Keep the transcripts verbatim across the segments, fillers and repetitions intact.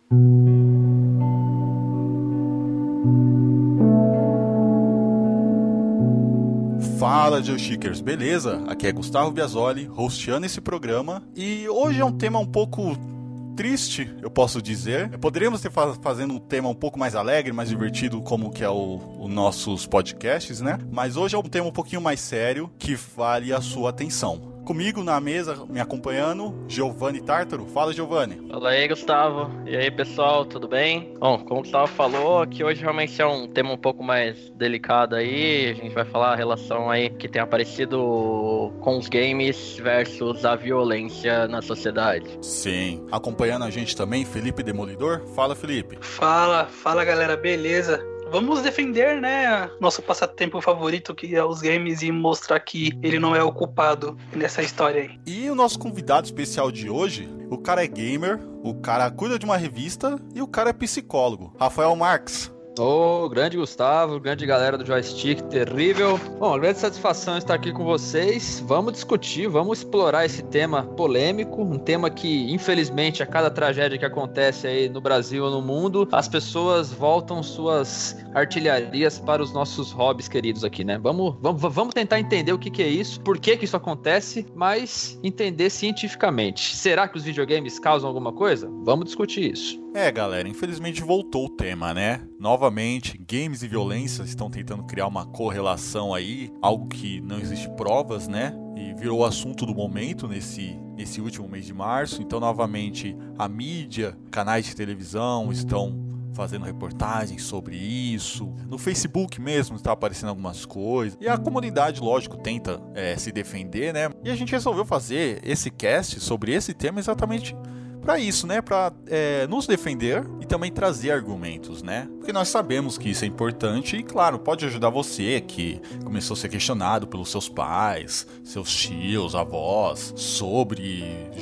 Fala, Joystickers, beleza? Aqui é Gustavo Biasoli, hosteando esse programa. E hoje é um tema um pouco triste, eu posso dizer. Poderíamos ter faz, fazendo um tema um pouco mais alegre, mais divertido, como que é o, o nossos podcasts, né? Mas hoje é um tema um pouquinho mais sério, que vale a sua atenção. Comigo na mesa, me acompanhando, Giovanni Tártaro. Fala, Giovanni. Fala aí, Gustavo. E aí, pessoal, tudo bem? Bom, como o Gustavo falou, que hoje realmente é um tema um pouco mais delicado aí. A gente vai falar a relação aí que tem aparecido com os games versus a violência na sociedade. Sim. Acompanhando a gente também, Felipe Demolidor. Fala, Felipe. Fala, fala, galera, beleza? Vamos defender, né, nosso passatempo favorito, que é os games, e mostrar que ele não é o culpado nessa história aí. E o nosso convidado especial de hoje, o cara é gamer, o cara cuida de uma revista e o cara é psicólogo. Rafael Marques. Ô, oh, grande Gustavo, grande galera do Joystick, terrível. Bom, grande satisfação estar aqui com vocês. Vamos discutir, vamos explorar esse tema polêmico, um tema que, infelizmente, a cada tragédia que acontece aí no Brasil ou no mundo, as pessoas voltam suas artilharias para os nossos hobbies queridos aqui, né? Vamos, vamos, vamos tentar entender o que, que é isso, por que, que isso acontece, mas entender cientificamente. Será que os videogames causam alguma coisa? Vamos discutir isso. É, galera, infelizmente voltou o tema, né? Novamente, games e violência estão tentando criar uma correlação aí, algo que não existe provas, né? E virou o assunto do momento nesse, nesse último mês de março. Então, novamente, a mídia, canais de televisão estão fazendo reportagens sobre isso. No Facebook mesmo está aparecendo algumas coisas. E a comunidade, lógico, tenta é, se defender, né? E a gente resolveu fazer esse cast sobre esse tema exatamente para isso, né? Para é, nos defender e também trazer argumentos, né? Porque nós sabemos que isso é importante e, claro, pode ajudar você que começou a ser questionado pelos seus pais, seus tios, avós, sobre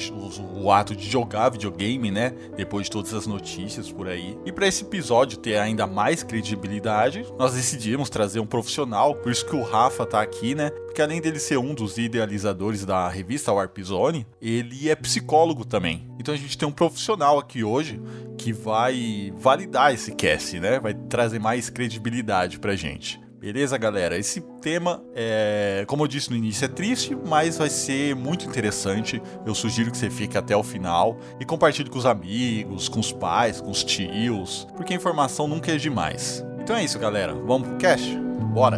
o, o ato de jogar videogame, né? Depois de todas as notícias por aí. E para esse episódio ter ainda mais credibilidade, nós decidimos trazer um profissional, por isso que o Rafa tá aqui, né? Porque além dele ser um dos idealizadores da revista Warp Zone, ele é psicólogo também. Então a gente tem um profissional aqui hoje que vai validar esse cast, né? Vai trazer mais credibilidade pra gente. Beleza, galera? Esse tema, é, como eu disse no início, é triste, mas vai ser muito interessante. Eu sugiro que você fique até o final e compartilhe com os amigos, com os pais, com os tios, porque a informação nunca é demais. Então é isso, galera. Vamos pro cast? Bora!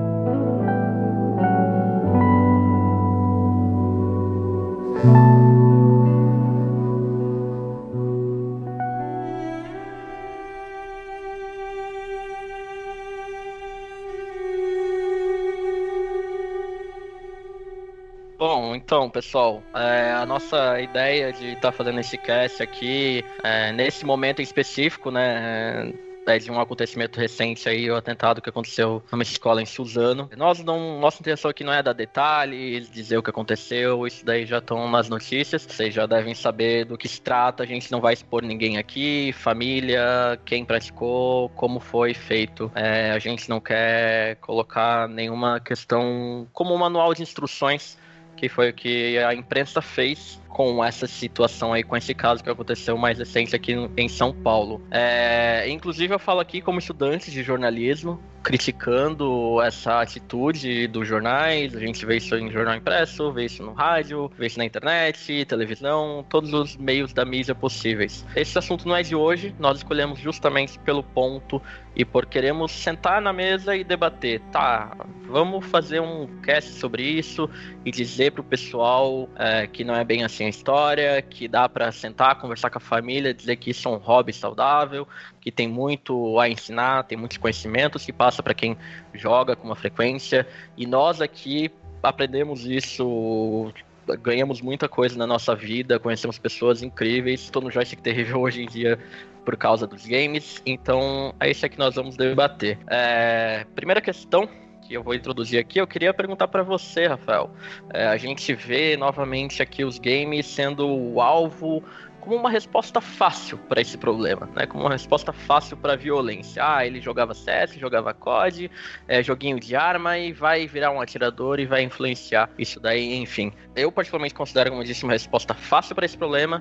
Bom, então, pessoal, é, a nossa ideia de estar tá fazendo esse cast aqui, é, nesse momento em específico, né, é, de um acontecimento recente aí, o atentado que aconteceu numa escola em Suzano. Nós não, nossa intenção aqui não é dar detalhes, dizer o que aconteceu, isso daí já estão nas notícias, vocês já devem saber do que se trata, a gente não vai expor ninguém aqui, família, quem praticou, como foi feito. É, a gente não quer colocar nenhuma questão como um manual de instruções, que foi o que a imprensa fez com essa situação aí, com esse caso que aconteceu mais recente aqui em São Paulo. É, inclusive eu falo aqui como estudante de jornalismo, criticando essa atitude dos jornais. A gente vê isso em jornal impresso, vê isso no rádio, vê isso na internet, televisão, todos os meios da mídia possíveis. Esse assunto não é de hoje, nós escolhemos justamente pelo ponto e por queremos sentar na mesa e debater. Tá, vamos fazer um cast sobre isso e dizer pro pessoal é, que não é bem assim a história, que dá pra sentar, conversar com a família, dizer que isso é um hobby saudável, que tem muito a ensinar, tem muitos conhecimentos que passa para quem joga com uma frequência, e nós aqui aprendemos isso, ganhamos muita coisa na nossa vida, conhecemos pessoas incríveis. Estou no Joystick Terrível hoje em dia por causa dos games, então é isso que nós vamos debater. É, primeira questão que eu vou introduzir aqui, eu queria perguntar para você, Rafael. É, a gente vê novamente aqui os games sendo o alvo como uma resposta fácil para esse problema, né? Como uma resposta fácil para a violência. Ah, ele jogava C S, jogava C O D, é, joguinho de arma, e vai virar um atirador e vai influenciar isso daí, enfim. Eu particularmente considero, como eu disse, uma resposta fácil para esse problema,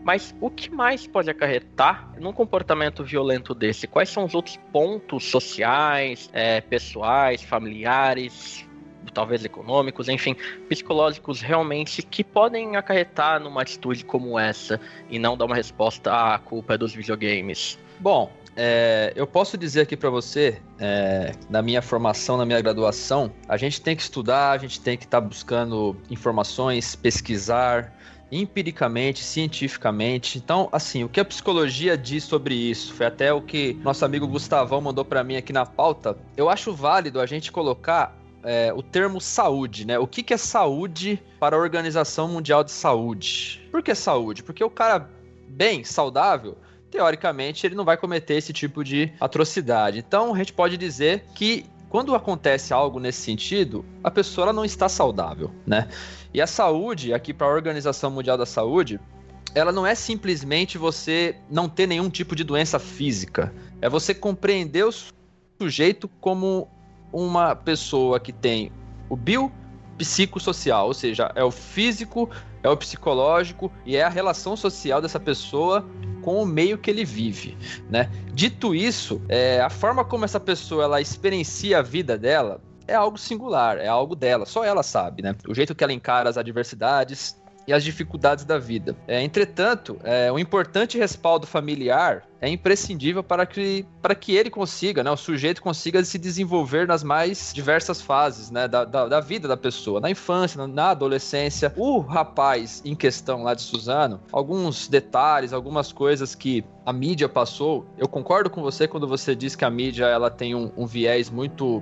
Mas o que mais pode acarretar num comportamento violento desse? Quais são os outros pontos sociais, é, pessoais, familiares, talvez econômicos, enfim, psicológicos realmente, que podem acarretar numa atitude como essa e não dar uma resposta à culpa é dos videogames? Bom, é, eu posso dizer aqui pra você, é, na minha formação, na minha graduação, a gente tem que estudar, a gente tem que estar tá buscando informações, pesquisar empiricamente, cientificamente. Então, assim, o que a psicologia diz sobre isso, foi até o que nosso amigo Gustavão mandou pra mim aqui na pauta. Eu acho válido a gente colocar É, o termo saúde, né? O que, que é saúde para a Organização Mundial de Saúde? Por que saúde? Porque o cara bem, saudável, teoricamente, ele não vai cometer esse tipo de atrocidade. Então, a gente pode dizer que quando acontece algo nesse sentido, a pessoa ela não está saudável, né? E a saúde, aqui para a Organização Mundial da Saúde, ela não é simplesmente você não ter nenhum tipo de doença física. É você compreender o sujeito como uma pessoa que tem o biopsicossocial, ou seja, é o físico, é o psicológico e é a relação social dessa pessoa com o meio que ele vive, né? Dito isso, é, a forma como essa pessoa ela experiencia a vida dela é algo singular, é algo dela, só ela sabe, né? O jeito que ela encara as adversidades e as dificuldades da vida. É, entretanto, é, um importante respaldo familiar é imprescindível para que, para que ele consiga, né, o sujeito consiga se desenvolver nas mais diversas fases, né, da, da, da vida da pessoa, na infância, na, na adolescência. O rapaz em questão lá de Suzano, alguns detalhes, algumas coisas que a mídia passou, eu concordo com você quando você diz que a mídia ela tem um, um viés muito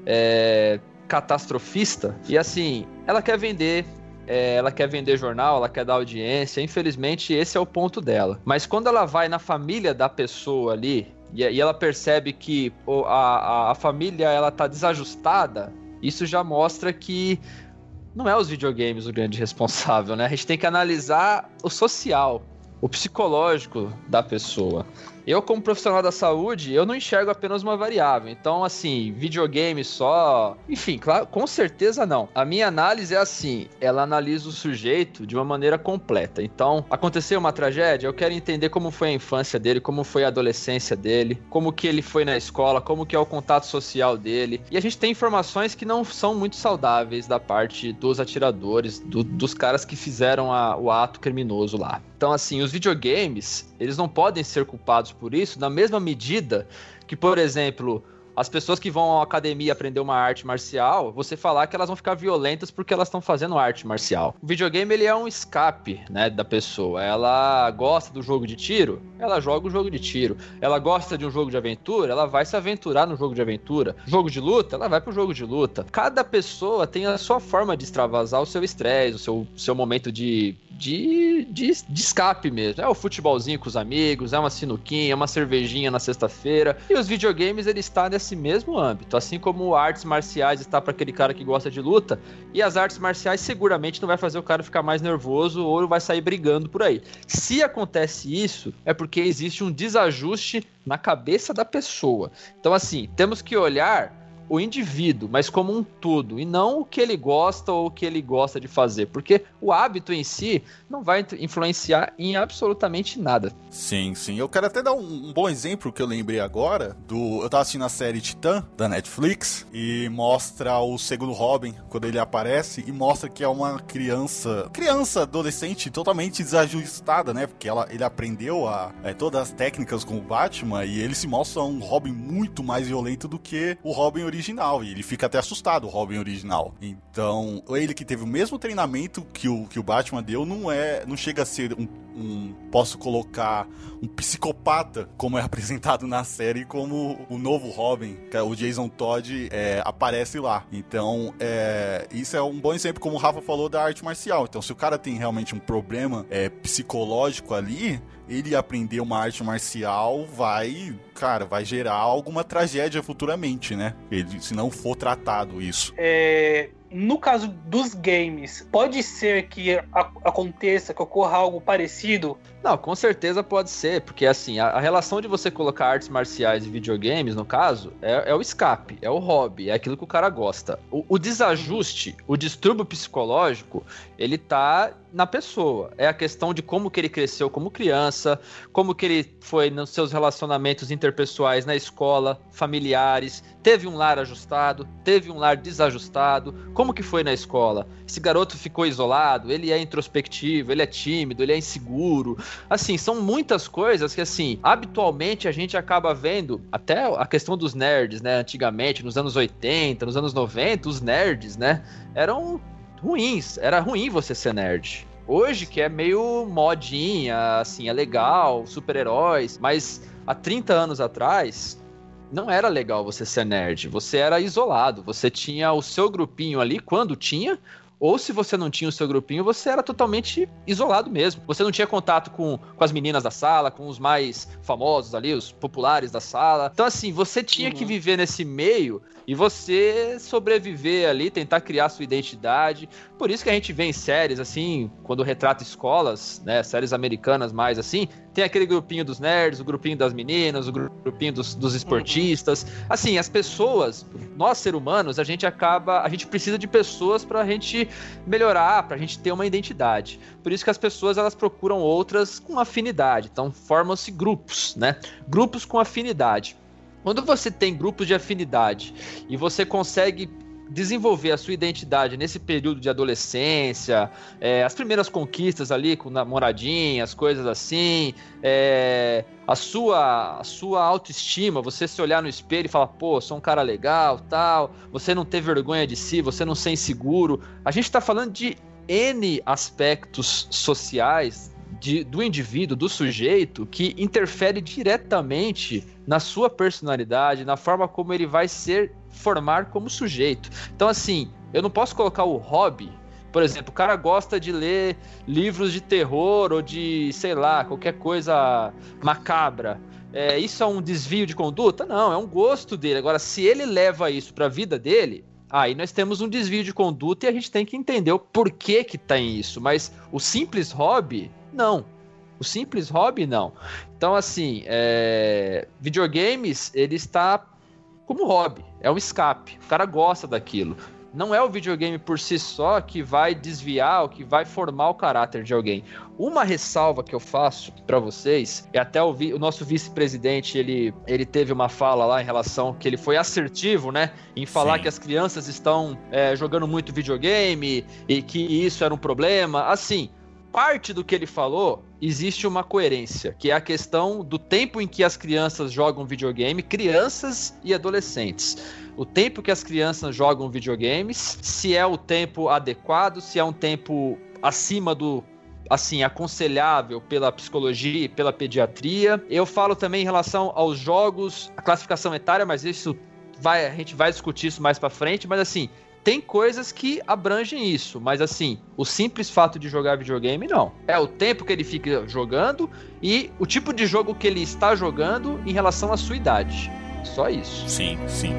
é, catastrofista, e assim, ela quer vender, É, ela quer vender jornal, ela quer dar audiência, infelizmente esse é o ponto dela. Mas quando ela vai na família da pessoa ali, e, e ela percebe que o, a, a, a família ela tá desajustada, isso já mostra que não é os videogames o grande responsável, né? A gente tem que analisar o social, o psicológico da pessoa. Eu, como profissional da saúde, eu não enxergo apenas uma variável. Então, assim, videogame só... Enfim, claro, com certeza não. A minha análise é assim, ela analisa o sujeito de uma maneira completa. Então, aconteceu uma tragédia, eu quero entender como foi a infância dele, como foi a adolescência dele, como que ele foi na escola, como que é o contato social dele. E a gente tem informações que não são muito saudáveis da parte dos atiradores, do, dos caras que fizeram a, o ato criminoso lá. Então, assim, os videogames, eles não podem ser culpados por isso, na mesma medida que, por exemplo, as pessoas que vão à academia aprender uma arte marcial, você falar que elas vão ficar violentas porque elas estão fazendo arte marcial. O videogame, ele é um escape, né, da pessoa. Ela gosta do jogo de tiro, ela joga o jogo de tiro. Ela gosta de um jogo de aventura, ela vai se aventurar no jogo de aventura. Jogo de luta, ela vai pro jogo de luta. Cada pessoa tem a sua forma de extravasar o seu estresse, o seu, seu momento de... De, de, de escape mesmo. É o futebolzinho com os amigos, é uma sinuquinha, é uma cervejinha na sexta-feira. E os videogames, ele está nesse mesmo âmbito. Assim como artes marciais está para aquele cara que gosta de luta, e as artes marciais seguramente não vai fazer o cara ficar mais nervoso ou vai sair brigando por aí. Se acontece isso, é porque existe um desajuste na cabeça da pessoa. Então, assim, temos que olhar o indivíduo, mas como um todo, e não o que ele gosta ou o que ele gosta de fazer, porque o hábito em si não vai influenciar em absolutamente nada. Sim, sim. Eu quero até dar um, um bom exemplo que eu lembrei agora, do eu tava assistindo a série Titã, da Netflix, e mostra o segundo Robin, quando ele aparece, e mostra que é uma criança, criança, adolescente, totalmente desajustada, né, porque ela, ele aprendeu a, é, todas as técnicas com o Batman, e ele se mostra um Robin muito mais violento do que o Robin original. Original, e ele fica até assustado, o Robin original. Então, ele que teve o mesmo treinamento que o, que o Batman deu, não é, não chega a ser um, um, posso colocar um psicopata, como é apresentado na série, como o novo Robin, que é o Jason Todd, é, aparece lá. Então, é, isso é um bom exemplo, como o Rafa falou, da arte marcial. Então, se o cara tem realmente um problema é, psicológico ali, ele aprender uma arte marcial vai, cara, vai gerar alguma tragédia futuramente, né? Ele, se não for tratado isso. É, no caso dos games, pode ser que a, aconteça, que ocorra algo parecido? Não, com certeza pode ser, porque assim, a, a relação de você colocar artes marciais e videogames, no caso, é, é o escape, é o hobby, é aquilo que o cara gosta. O, o desajuste, o distúrbio psicológico, ele tá na pessoa. É a questão de como que ele cresceu como criança, como que ele foi nos seus relacionamentos interpessoais na escola, familiares, teve um lar ajustado, teve um lar desajustado, como que foi na escola? Esse garoto ficou isolado, ele é introspectivo, ele é tímido, ele é inseguro. Assim, são muitas coisas que, assim, habitualmente a gente acaba vendo, até a questão dos nerds, né? Antigamente, nos anos oitenta, nos anos noventa, os nerds, né? Eram ruins, era ruim você ser nerd. Hoje que é meio modinha, assim, é legal, super-heróis, mas há trinta anos atrás não era legal você ser nerd, você era isolado, você tinha o seu grupinho ali quando tinha, ou se você não tinha o seu grupinho, você era totalmente isolado mesmo. Você não tinha contato com, com as meninas da sala, com os mais famosos ali, os populares da sala. Então, assim, você tinha uhum. que viver nesse meio e você sobreviver ali, tentar criar sua identidade. Por isso que a gente vê em séries, assim, quando retrata escolas, né, séries americanas mais assim, tem aquele grupinho dos nerds, o grupinho das meninas, o grupinho dos, dos esportistas. Uhum. Assim, as pessoas, nós seres humanos, a gente acaba, a gente precisa de pessoas pra gente melhorar, pra gente ter uma identidade. Por isso que as pessoas, elas procuram outras com afinidade. Então, formam-se grupos, né? Grupos com afinidade. Quando você tem grupos de afinidade e você consegue desenvolver a sua identidade nesse período de adolescência, é, as primeiras conquistas ali com namoradinha, as coisas assim, é, a, sua, a sua autoestima, você se olhar no espelho e falar, pô, sou um cara legal, tal, você não ter vergonha de si, você não ser inseguro. A gente tá falando de N aspectos sociais de, do indivíduo, do sujeito, que interfere diretamente na sua personalidade, na forma como ele vai ser formar como sujeito. Então, assim, eu não posso colocar o hobby, por exemplo, o cara gosta de ler livros de terror ou de, sei lá, qualquer coisa macabra. É, isso é um desvio de conduta? Não, é um gosto dele. Agora, se ele leva isso para a vida dele, aí nós temos um desvio de conduta e a gente tem que entender o porquê que tem isso. Mas o simples hobby, não. O simples hobby, não. Então, assim, é... videogames, ele está como hobby, é um escape, o cara gosta daquilo. Não é o videogame por si só que vai desviar ou que vai formar o caráter de alguém. Uma ressalva que eu faço para vocês, e até o, vi, o nosso vice-presidente, ele, ele teve uma fala lá em relação que ele foi assertivo, né, em falar Sim. que as crianças estão é, jogando muito videogame e que isso era um problema. Assim, parte do que ele falou, existe uma coerência, que é a questão do tempo em que as crianças jogam videogame, crianças e adolescentes. O tempo que as crianças jogam videogames, se é o tempo adequado, se é um tempo acima do, assim, aconselhável pela psicologia e pela pediatria. Eu falo também em relação aos jogos, a classificação etária, mas isso vai, a gente vai discutir isso mais pra frente, mas assim, tem coisas que abrangem isso, mas assim, o simples fato de jogar videogame, não. É o tempo que ele fica jogando e o tipo de jogo que ele está jogando em relação à sua idade. Só isso. Sim, sim.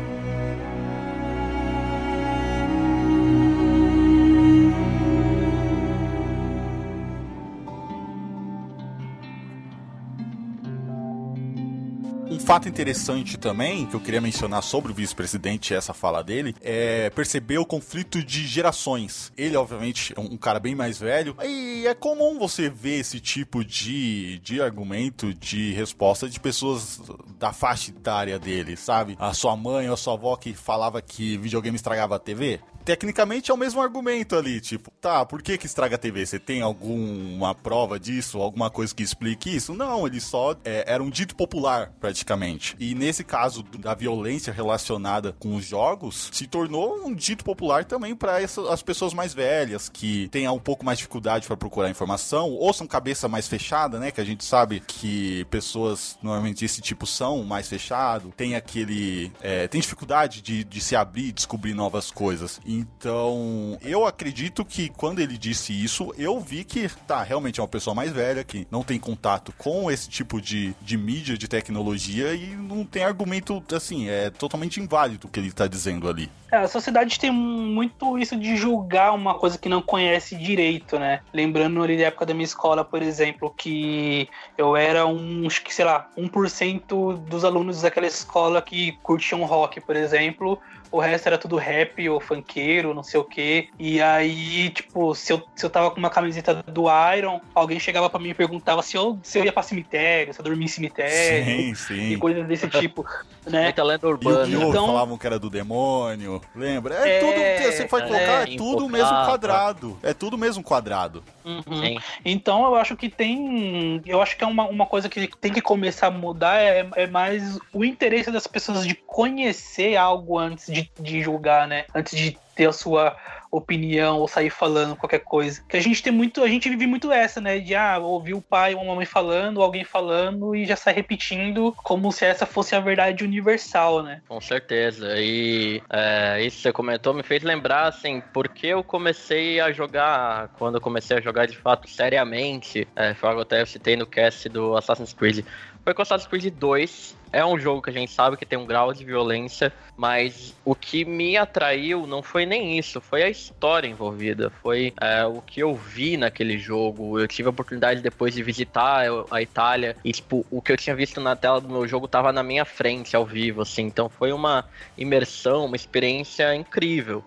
Um fato interessante também, que eu queria mencionar sobre o vice-presidente e essa fala dele, é perceber o conflito de gerações. Ele, obviamente, é um cara bem mais velho, e é comum você ver esse tipo de, de argumento, de resposta de pessoas da faixa etária dele, sabe? A sua mãe ou a sua avó que falava que videogame estragava a T V. Tecnicamente é o mesmo argumento ali, tipo, tá, por que que estraga a T V? Você tem alguma prova disso? Alguma coisa que explique isso? Não, ele só é, era um dito popular, praticamente. E nesse caso da violência relacionada com os jogos, se tornou um dito popular também para as pessoas mais velhas, que têm um pouco mais dificuldade para procurar informação, ou são cabeça mais fechada, né, que a gente sabe que pessoas, normalmente desse tipo, são mais fechado, tem aquele, é, tem dificuldade de, de se abrir e descobrir novas coisas. Então, eu acredito que quando ele disse isso, eu vi que, tá, realmente é uma pessoa mais velha, que não tem contato com esse tipo de, de mídia, de tecnologia, e não tem argumento, assim, é totalmente inválido o que ele tá dizendo ali. É, a sociedade tem muito isso de julgar uma coisa que não conhece direito, né? Lembrando ali da época da minha escola, por exemplo, que eu era um, acho que, sei lá, um por cento dos alunos daquela escola que curtiam rock, por exemplo, o resto era tudo rap ou funkeiro, não sei o quê. E aí, tipo, se eu, se eu tava com uma camiseta do Iron, alguém chegava pra mim e perguntava se eu, se eu ia pra cemitério, se eu dormia em cemitério. Sim, sim. E coisas desse tipo, né? Muita lenda E o urbana. Yu Então- falavam que era do demônio, lembra? É, É, tudo, você vai colocar, é, é, tudo o infocado. mesmo quadrado. É tudo o mesmo quadrado. Uhum. Sim. Então eu acho que tem. Eu acho que é uma, uma coisa que tem que começar a mudar é, é mais o interesse das pessoas de conhecer algo antes de, de julgar, né? Antes de ter a sua opinião ou sair falando qualquer coisa. Que a gente tem muito, a gente vive muito essa, né? De ah, ouvir o pai ou a mamãe falando, alguém falando e já sai repetindo como se essa fosse a verdade universal, né? Com certeza. E é, isso que você comentou me fez lembrar, assim, porque eu comecei a jogar, quando eu comecei a jogar de fato seriamente, é, foi algo até eu citei no cast do Assassin's Creed, foi com o Assassin's Creed dois. É um jogo que a gente sabe que tem um grau de violência, mas o que me atraiu não foi nem isso, foi a história envolvida, foi é, o que eu vi naquele jogo. Eu tive a oportunidade depois de visitar a Itália e, tipo, o que eu tinha visto na tela do meu jogo tava na minha frente, ao vivo, assim. Então foi uma imersão, uma experiência incrível.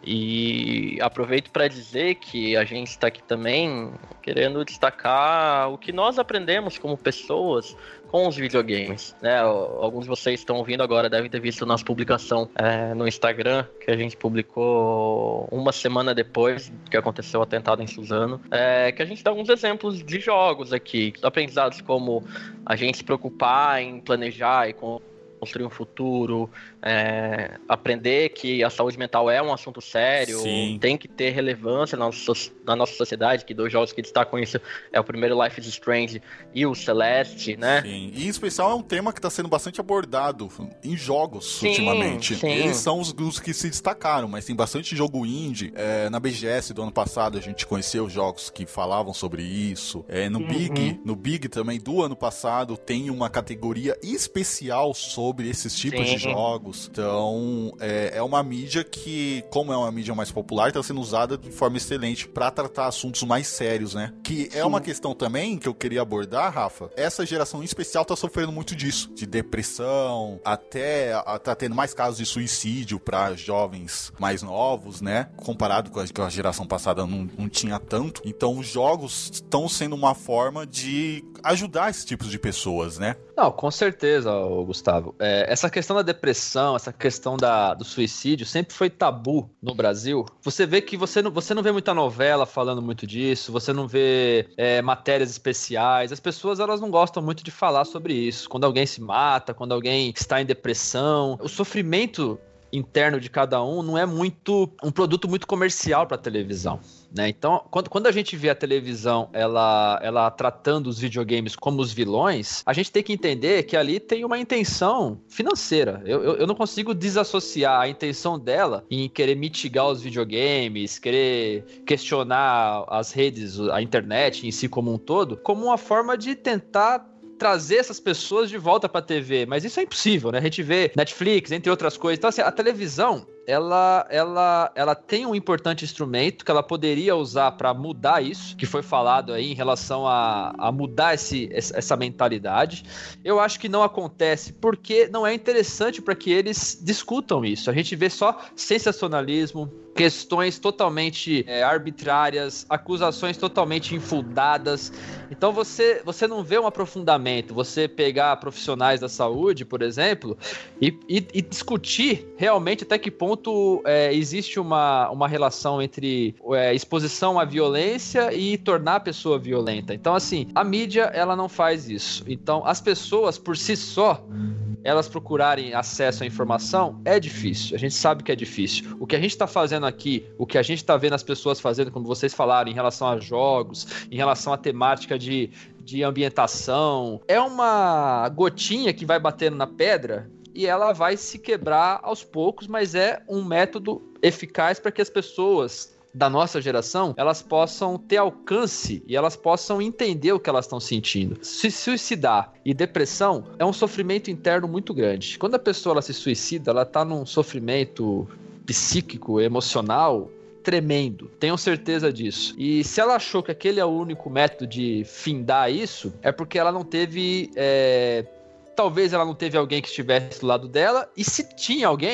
E aproveito para dizer que a gente está aqui também querendo destacar o que nós aprendemos como pessoas com os videogames, né? Alguns de vocês estão ouvindo agora devem ter visto nossa publicação é, no Instagram, que a gente publicou uma semana depois que aconteceu o atentado em Suzano, é, que a gente dá alguns exemplos de jogos aqui, aprendizados como a gente se preocupar em planejar e com construir um futuro, é, aprender que a saúde mental é um assunto sério, Sim. tem que ter relevância na nossa, na nossa sociedade, que dois jogos que destacam isso é o primeiro Life is Strange e o Celeste, né? Sim. E em especial é um tema que está sendo bastante abordado em jogos Sim, ultimamente. sim. Eles são os, os que se destacaram, mas tem bastante jogo indie. É, na B G S do ano passado a gente conheceu jogos que falavam sobre isso. É, no, Uhum. Big, no Big também do ano passado tem uma categoria especial sobre esses tipos Sim. de jogos. Então é, é uma mídia que, como é uma mídia mais popular, está sendo usada de forma excelente para tratar assuntos mais sérios, né? Que é Sim. uma questão também que eu queria abordar, Rafa. Essa geração em especial tá sofrendo muito disso, de depressão, até a, tá tendo mais casos de suicídio para jovens mais novos, né? Comparado com a, com a geração passada, não, não tinha tanto. Então os jogos estão sendo uma forma de ajudar esses tipos de pessoas, né? Não, com certeza, ô, Gustavo. É, essa questão da depressão, essa questão da, do suicídio sempre foi tabu no Brasil. Você vê que você não, você não vê muita novela falando muito disso, você não vê é, matérias especiais. As pessoas, elas não gostam muito de falar sobre isso. Quando alguém se mata, quando alguém está em depressão, o sofrimento interno de cada um não é muito um produto muito comercial para a televisão, né? Então, quando, quando a gente vê a televisão ela, ela tratando os videogames como os vilões, a gente tem que entender que ali tem uma intenção financeira. Eu, eu, eu não consigo desassociar a intenção dela em querer mitigar os videogames, querer questionar as redes, a internet em si como um todo, como uma forma de tentar trazer essas pessoas de volta pra T V, mas isso é impossível, né? A gente vê Netflix, entre outras coisas. Então, assim, a televisão, ela, ela, ela tem um importante instrumento que ela poderia usar para mudar isso, que foi falado aí em relação a, a mudar esse, essa mentalidade. Eu acho que não acontece porque não é interessante para que eles discutam isso. A gente vê só sensacionalismo, questões totalmente é, arbitrárias, acusações totalmente infundadas. Então você, você não vê um aprofundamento. Você pegar profissionais da saúde, por exemplo, e, e, e discutir realmente até que ponto é, existe uma, uma relação entre é, exposição à violência e tornar a pessoa violenta. Então, assim, a mídia, ela não faz isso. Então, as pessoas, por si só, elas procurarem acesso à informação, é difícil. A gente sabe que é difícil. O que a gente está fazendo aqui, o que a gente está vendo as pessoas fazendo, como vocês falaram, em relação a jogos, em relação à temática de, de ambientação, é uma gotinha que vai batendo na pedra e ela vai se quebrar aos poucos, mas é um método eficaz para que as pessoas da nossa geração, elas possam ter alcance e elas possam entender o que elas estão sentindo. Se suicidar e depressão é um sofrimento interno muito grande. Quando a pessoa ela se suicida, ela está num sofrimento psíquico, emocional tremendo, tenham certeza disso. E se ela achou que aquele é o único método de findar isso, é porque ela não teve... É... Talvez ela não teve alguém que estivesse do lado dela, e se tinha alguém,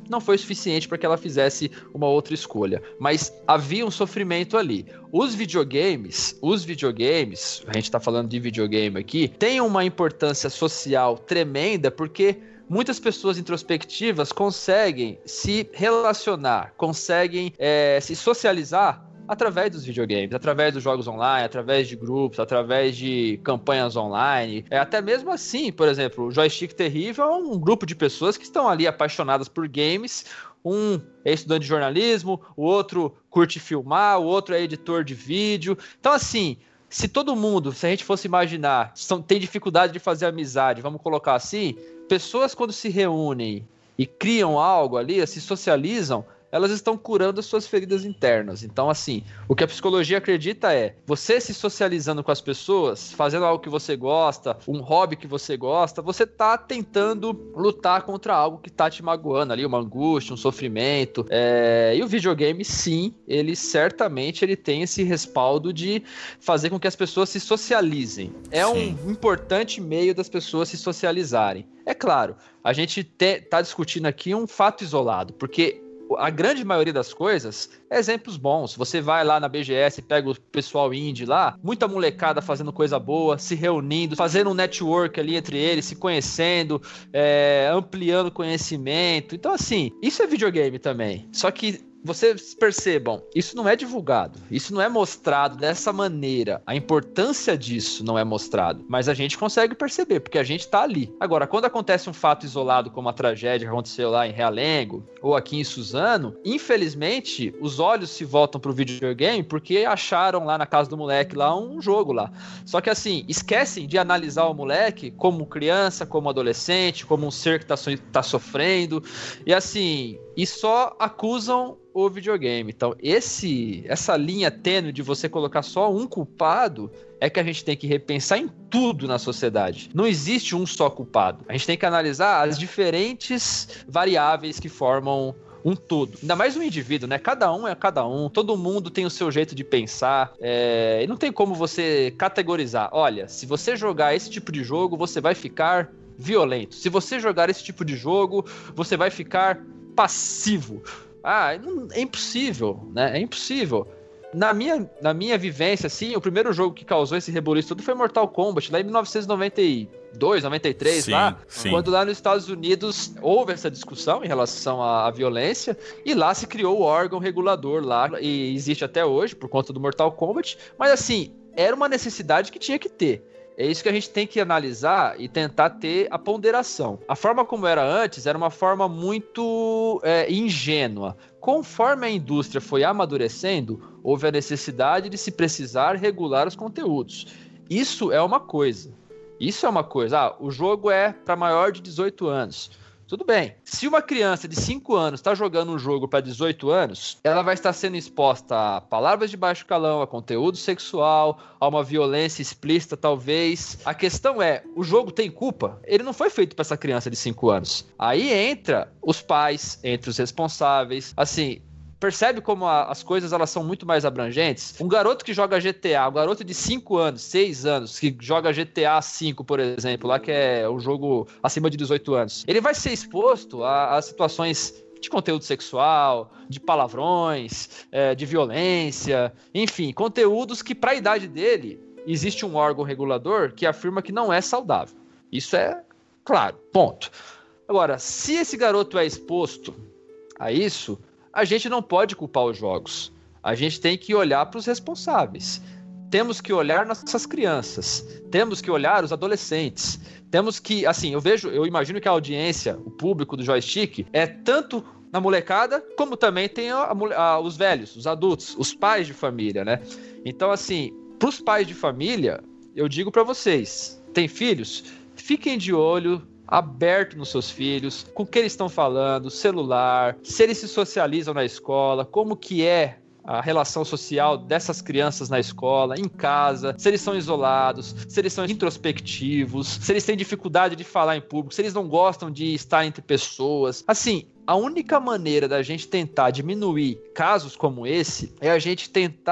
não foi suficiente para que ela fizesse uma outra escolha. Mas havia um sofrimento ali. Os videogames, os videogames, a gente está falando de videogame aqui, tem uma importância social tremenda porque muitas pessoas introspectivas conseguem se relacionar, conseguem é, se socializar através dos videogames, através dos jogos online, através de grupos, através de campanhas online. É, até mesmo assim, por exemplo, o Joystick Terrível é um grupo de pessoas que estão ali apaixonadas por games. Um é estudante de jornalismo, o outro curte filmar, o outro é editor de vídeo. Então, assim, se todo mundo, se a gente fosse imaginar, são, tem dificuldade de fazer amizade, vamos colocar assim, pessoas quando se reúnem e criam algo ali, se socializam, elas estão curando as suas feridas internas. Então, assim, o que a psicologia acredita é você se socializando com as pessoas, fazendo algo que você gosta, um hobby que você gosta, você tá tentando lutar contra algo que tá te magoando ali, uma angústia, um sofrimento. É... E o videogame, sim, ele certamente ele tem esse respaldo de fazer com que as pessoas se socializem. É sim. um importante meio das pessoas se socializarem. É claro, a gente te... tá discutindo aqui um fato isolado, porque a grande maioria das coisas é exemplos bons. Você vai lá na B G S, pega o pessoal indie lá, muita molecada fazendo coisa boa, se reunindo, fazendo um network ali entre eles, se conhecendo, é, ampliando conhecimento. Então, assim, isso é videogame também. Só que vocês percebam, isso não é divulgado, isso não é mostrado dessa maneira, a importância disso não é mostrado, mas a gente consegue perceber, porque a gente tá ali. Agora, quando acontece um fato isolado, como a tragédia que aconteceu lá em Realengo, ou aqui em Suzano, infelizmente, os olhos se voltam pro videogame, porque acharam lá na casa do moleque lá um jogo lá. Só que assim, esquecem de analisar o moleque como criança, como adolescente, como um ser que tá, so- tá sofrendo, e assim, e só acusam o videogame. Então, esse, essa linha tênue de você colocar só um culpado é que a gente tem que repensar em tudo na sociedade. Não existe um só culpado. A gente tem que analisar as diferentes variáveis que formam um todo. Ainda mais um indivíduo, né? Cada um é cada um, todo mundo tem o seu jeito de pensar, é... e não tem como você categorizar. Olha, se você jogar esse tipo de jogo, você vai ficar violento. Se você jogar esse tipo de jogo, você vai ficar passivo. Ah, não, é impossível, né? É impossível. Na minha, na minha vivência, assim, o primeiro jogo que causou esse rebuliço tudo foi Mortal Kombat, lá em mil novecentos e noventa e dois, noventa e três, sim, lá, sim. Quando lá nos Estados Unidos houve essa discussão em relação à, à violência, e lá se criou o órgão regulador lá, e existe até hoje, por conta do Mortal Kombat, mas assim, era uma necessidade que tinha que ter. É isso que a gente tem que analisar e tentar ter a ponderação. A forma como era antes era uma forma muito é, ingênua. Conforme a indústria foi amadurecendo, houve a necessidade de se precisar regular os conteúdos. Isso é uma coisa. Isso é uma coisa. Ah, o jogo é para maior de dezoito anos. Tudo bem. Se uma criança de cinco anos está jogando um jogo para dezoito anos, ela vai estar sendo exposta a palavras de baixo calão, a conteúdo sexual, a uma violência explícita, talvez. A questão é, o jogo tem culpa? Ele não foi feito para essa criança de cinco anos. Aí entra os pais, entra os responsáveis. Assim, percebe como a, as coisas elas são muito mais abrangentes? Um garoto que joga G T A, um garoto de cinco anos, seis anos, que joga G T A cinco, por exemplo, lá que é um jogo acima de dezoito anos, ele vai ser exposto a, a situações de conteúdo sexual, de palavrões, é, de violência, enfim, conteúdos que para a idade dele existe um órgão regulador que afirma que não é saudável. Isso é claro, ponto. Agora, se esse garoto é exposto a isso, a gente não pode culpar os jogos. A gente tem que olhar para os responsáveis. Temos que olhar nossas crianças. Temos que olhar os adolescentes. Temos que, assim, eu vejo, eu imagino que a audiência, o público do Joystick, é tanto na molecada, como também tem a, a, os velhos, os adultos, os pais de família, né? Então, assim, para os pais de família, eu digo para vocês, tem filhos? Fiquem de olho aberto nos seus filhos, com o que eles estão falando, celular, se eles se socializam na escola, como que é a relação social dessas crianças na escola, em casa, se eles são isolados, se eles são introspectivos, se eles têm dificuldade de falar em público, se eles não gostam de estar entre pessoas. Assim, a única maneira da gente tentar diminuir casos como esse é a gente tentar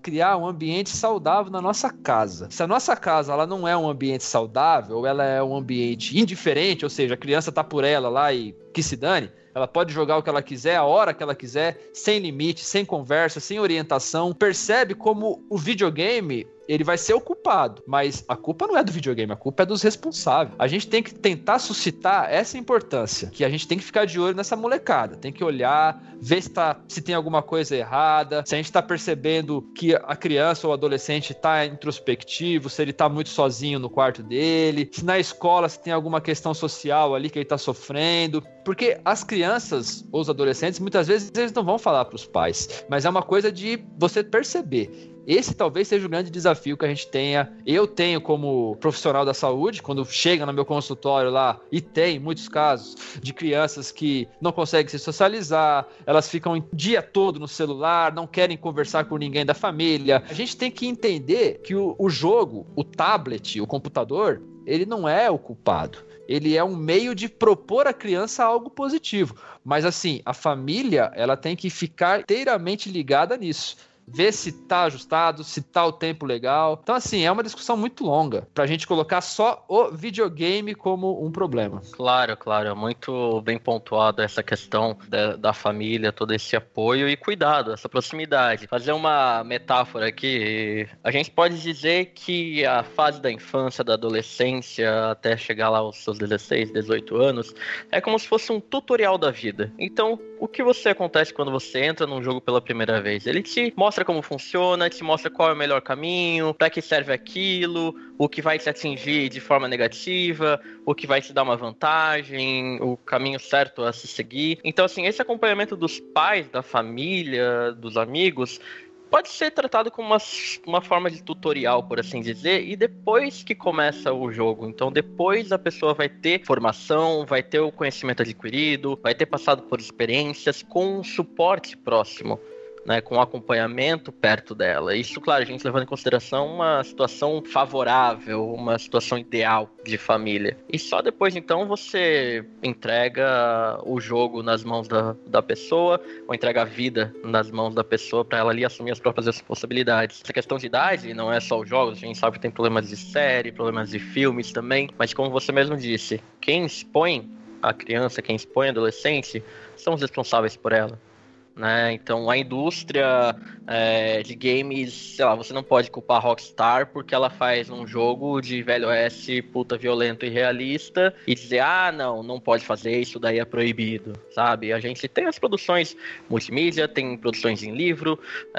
criar um ambiente saudável na nossa casa. Se a nossa casa ela não é um ambiente saudável, ela é um ambiente indiferente, ou seja, a criança tá por ela lá e que se dane, ela pode jogar o que ela quiser, a hora que ela quiser, sem limite, sem conversa, sem orientação. Percebe como o videogame, ele vai ser o culpado, mas a culpa não é do videogame, a culpa é dos responsáveis. A gente tem que tentar suscitar essa importância, que a gente tem que ficar de olho nessa molecada, tem que olhar, ver se, tá, se tem alguma coisa errada, se a gente tá percebendo que a criança ou o adolescente tá introspectivo, se ele tá muito sozinho no quarto dele, se na escola se tem alguma questão social ali que ele tá sofrendo, porque as crianças ou os adolescentes, muitas vezes eles não vão falar para os pais, mas é uma coisa de você perceber. Esse talvez seja o grande desafio que a gente tenha, eu tenho como profissional da saúde, quando chega no meu consultório lá, e tem muitos casos de crianças que não conseguem se socializar, elas ficam o dia todo no celular, não querem conversar com ninguém da família. A gente tem que entender que o, o jogo, o tablet, o computador, ele não é o culpado. Ele é um meio de propor à criança algo positivo. Mas assim, a família, ela tem que ficar inteiramente ligada nisso. Ver se tá ajustado, se tá o tempo legal. Então, assim, é uma discussão muito longa pra gente colocar só o videogame como um problema. Claro, claro. É muito bem pontuado essa questão da, da família, todo esse apoio e cuidado, essa proximidade. Fazer uma metáfora aqui, a gente pode dizer que a fase da infância, da adolescência, até chegar lá aos seus dezesseis, dezoito anos, é como se fosse um tutorial da vida. Então, o que você acontece quando você entra num jogo pela primeira vez? Ele te mostra como funciona, te mostra qual é o melhor caminho, para que serve aquilo, o que vai te atingir de forma negativa, o que vai te dar uma vantagem, o caminho certo a se seguir. Então, assim, esse acompanhamento dos pais, da família, dos amigos, pode ser tratado como uma, uma forma de tutorial, por assim dizer, e depois que começa o jogo. Então, depois a pessoa vai ter formação, vai ter o conhecimento adquirido, vai ter passado por experiências com um suporte próximo, né, com acompanhamento perto dela. Isso, claro, a gente levando em consideração uma situação favorável, uma situação ideal de família. E só depois, então, você entrega o jogo nas mãos da, da pessoa, ou entrega a vida nas mãos da pessoa para ela ali assumir as próprias responsabilidades. Essa questão de idade não é só os jogos, a gente sabe que tem problemas de série, problemas de filmes também, mas como você mesmo disse, quem expõe a criança, quem expõe a adolescente, são os responsáveis por ela. Né? Então a indústria é, de games, sei lá, você não pode culpar a Rockstar porque ela faz um jogo de Velho Oeste puta violento e realista e dizer, ah não, não pode fazer isso, daí é proibido, sabe? A gente tem as produções multimídia, tem produções em livro,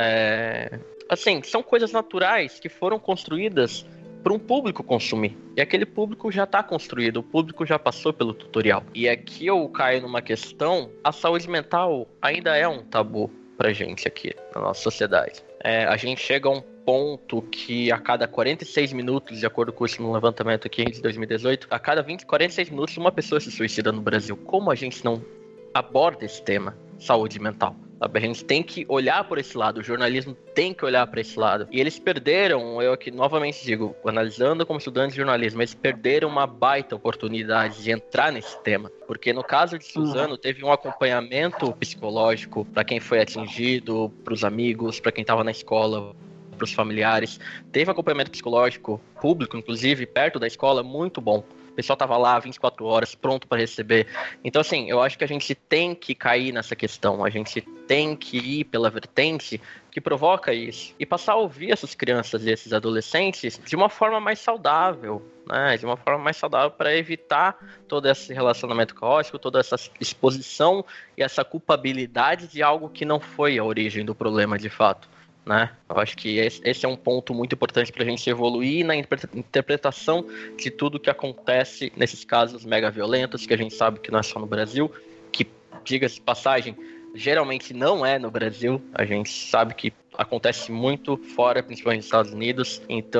é... assim, são coisas naturais que foram construídas para um público consumir. E aquele público já está construído, o público já passou pelo tutorial. E aqui eu caio numa questão, a saúde mental ainda é um tabu pra gente aqui, na nossa sociedade. É, a gente chega a um ponto que a cada quarenta e seis minutos, de acordo com o último levantamento aqui de dois mil e dezoito, a cada vinte, quarenta e seis minutos uma pessoa se suicida no Brasil. Como a gente não aborda esse tema, saúde mental? A gente tem que olhar por esse lado, o jornalismo tem que olhar para esse lado. E eles perderam, eu aqui novamente digo, analisando como estudante de jornalismo, eles perderam uma baita oportunidade de entrar nesse tema. Porque no caso de Suzano, teve um acompanhamento psicológico para quem foi atingido, para os amigos, para quem estava na escola, para os familiares. Teve acompanhamento psicológico público, inclusive, perto da escola, muito bom. O pessoal tava lá vinte e quatro horas, pronto para receber. Então, assim, eu acho que a gente tem que cair nessa questão. A gente tem que ir pela vertente que provoca isso. E passar a ouvir essas crianças e esses adolescentes de uma forma mais saudável, né? De uma forma mais saudável para evitar todo esse relacionamento caótico, toda essa exposição e essa culpabilidade de algo que não foi a origem do problema de fato. Né? Eu acho que esse é um ponto muito importante para a gente evoluir na interpretação de tudo que acontece nesses casos mega violentos, que a gente sabe que não é só no Brasil, que, diga-se de passagem, geralmente não é no Brasil, a gente sabe que acontece muito fora, principalmente nos Estados Unidos.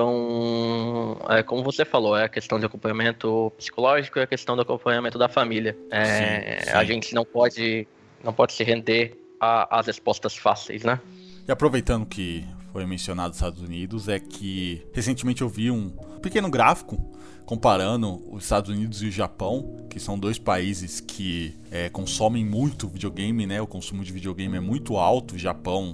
Então, é, como você falou, é a questão de acompanhamento psicológico e a questão do acompanhamento da família. É, sim, sim. A gente não pode, não pode se render às respostas fáceis, né? E aproveitando que foi mencionado os Estados Unidos, é que recentemente eu vi um pequeno gráfico comparando os Estados Unidos e o Japão, que são dois países que é, consomem muito videogame, né? O consumo de videogame é muito alto. O Japão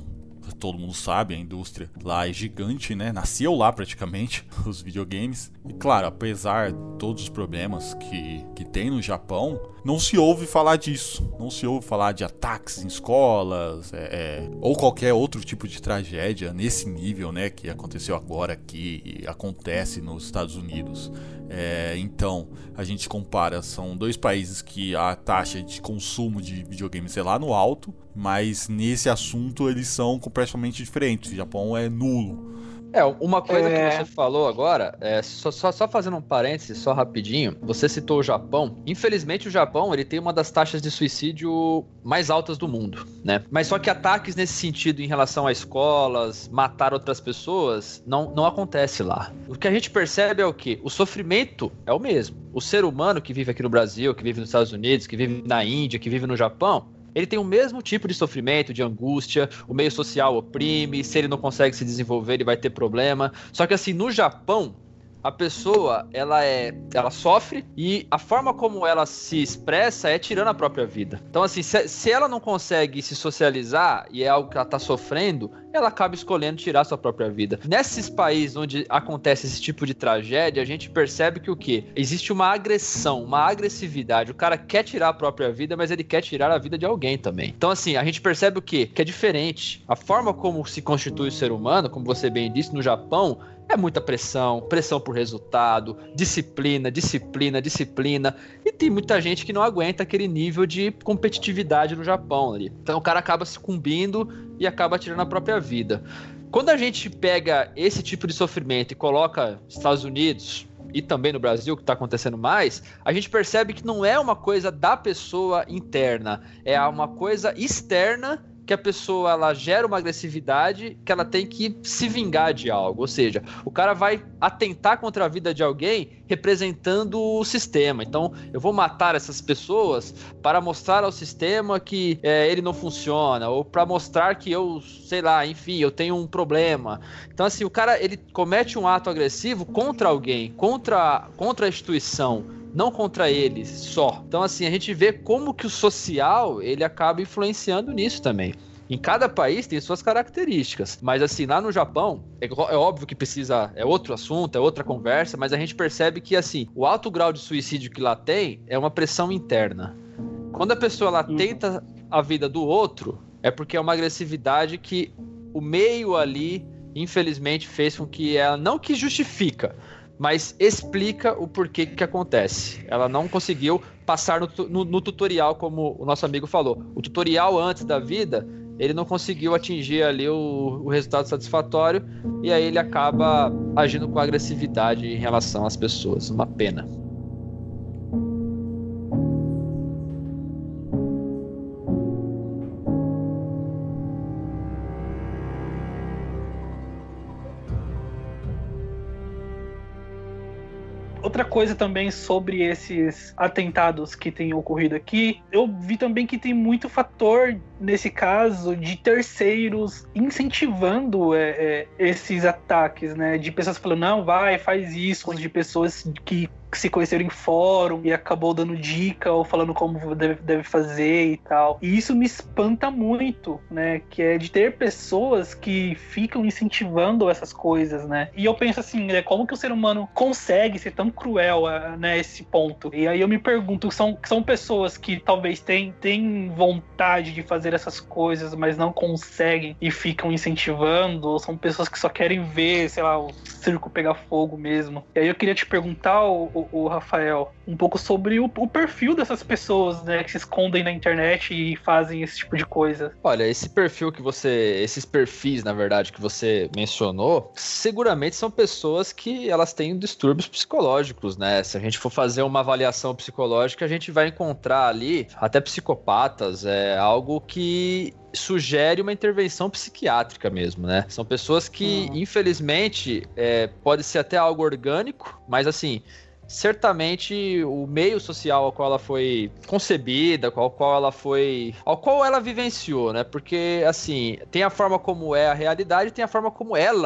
todo mundo sabe, a indústria lá é gigante, né? Nasceu lá praticamente, os videogames. E claro, apesar de todos os problemas que, que tem no Japão, não se ouve falar disso. Não se ouve falar de ataques em escolas, é, é, ou qualquer outro tipo de tragédia nesse nível, né? Que aconteceu agora aqui e acontece nos Estados Unidos. É, então, a gente compara, são dois países que a taxa de consumo de videogames é lá no alto, mas nesse assunto eles são completamente diferentes. O Japão é nulo. É, uma coisa É. que você falou agora, é, só, só, só fazendo um parênteses, só rapidinho, você citou o Japão. Infelizmente o Japão, ele tem uma das taxas de suicídio mais altas do mundo, né? Mas só que ataques nesse sentido em relação a escolas, matar outras pessoas, não, não acontece lá. O que a gente percebe é o quê? O sofrimento é o mesmo. O ser humano que vive aqui no Brasil, que vive nos Estados Unidos, que vive na Índia, que vive no Japão, ele tem o mesmo tipo de sofrimento, de angústia, o meio social oprime, se ele não consegue se desenvolver, ele vai ter problema. Só que assim, no Japão, a pessoa, ela é, ela sofre e a forma como ela se expressa é tirando a própria vida. Então assim, se, se ela não consegue se socializar e é algo que ela tá sofrendo, ela acaba escolhendo tirar a sua própria vida. Nesses países onde acontece esse tipo de tragédia, a gente percebe que o quê? Existe uma agressão, uma agressividade. O cara quer tirar a própria vida, mas ele quer tirar a vida de alguém também. Então assim, a gente percebe o quê? Que é diferente. A forma como se constitui o ser humano, como você bem disse, no Japão, é muita pressão, pressão por resultado, disciplina, disciplina, disciplina. E tem muita gente que não aguenta aquele nível de competitividade no Japão ali. Então o cara acaba sucumbindo e acaba tirando a própria vida. Quando a gente pega esse tipo de sofrimento e coloca nos Estados Unidos e também no Brasil, que está acontecendo mais, a gente percebe que não é uma coisa da pessoa interna, é uma coisa externa, que a pessoa ela gera uma agressividade que ela tem que se vingar de algo. Ou seja, o cara vai atentar contra a vida de alguém representando o sistema. Então, eu vou matar essas pessoas para mostrar ao sistema que é, ele não funciona, ou para mostrar que eu, sei lá, enfim, eu tenho um problema. Então, assim, o cara ele comete um ato agressivo contra alguém, contra, contra a instituição, não contra eles só. Então, assim, a gente vê como que o social, ele acaba influenciando nisso também. Em cada país tem suas características, mas assim, lá no Japão, é, é óbvio que precisa, é outro assunto, é outra conversa, mas a gente percebe que, assim, o alto grau de suicídio que lá tem é uma pressão interna. Quando a pessoa, ela uhum. tenta a vida do outro, é porque é uma agressividade que o meio ali, infelizmente, fez com que ela, não que justifica, mas explica o porquê que acontece. Ela não conseguiu passar no, no, no tutorial, como o nosso amigo falou. O tutorial antes da vida, ele não conseguiu atingir ali o, o resultado satisfatório, e aí ele acaba agindo com agressividade em relação às pessoas. Uma pena. Outra coisa também sobre esses atentados que têm ocorrido aqui, eu vi também que tem muito fator, nesse caso, de terceiros incentivando é, é, esses ataques, né? De pessoas falando, não, vai, faz isso, de pessoas que se conheceram em fórum e acabou dando dica ou falando como deve, deve fazer e tal. E isso me espanta muito, né? Que é de ter pessoas que ficam incentivando essas coisas, né? E eu penso assim, né? Como que o ser humano consegue ser tão cruel a né, esse ponto? E aí eu me pergunto, são, são pessoas que talvez têm, têm vontade de fazer essas coisas, mas não conseguem e ficam incentivando? Ou são pessoas que só querem ver, sei lá, o circo pegar fogo mesmo? E aí eu queria te perguntar, o o Rafael, um pouco sobre o, o perfil dessas pessoas, né, que se escondem na internet e fazem esse tipo de coisa. Olha, esse perfil que você, esses perfis, na verdade, que você mencionou, seguramente são pessoas que elas têm distúrbios psicológicos, né? Se a gente for fazer uma avaliação psicológica, a gente vai encontrar ali até psicopatas, é algo que sugere uma intervenção psiquiátrica mesmo, né? São pessoas que, uhum. infelizmente, é, pode ser até algo orgânico, mas assim, certamente o meio social ao qual ela foi concebida, ao qual ela foi, ao qual ela vivenciou, né? Porque, assim, tem a forma como é a realidade e tem a forma como ela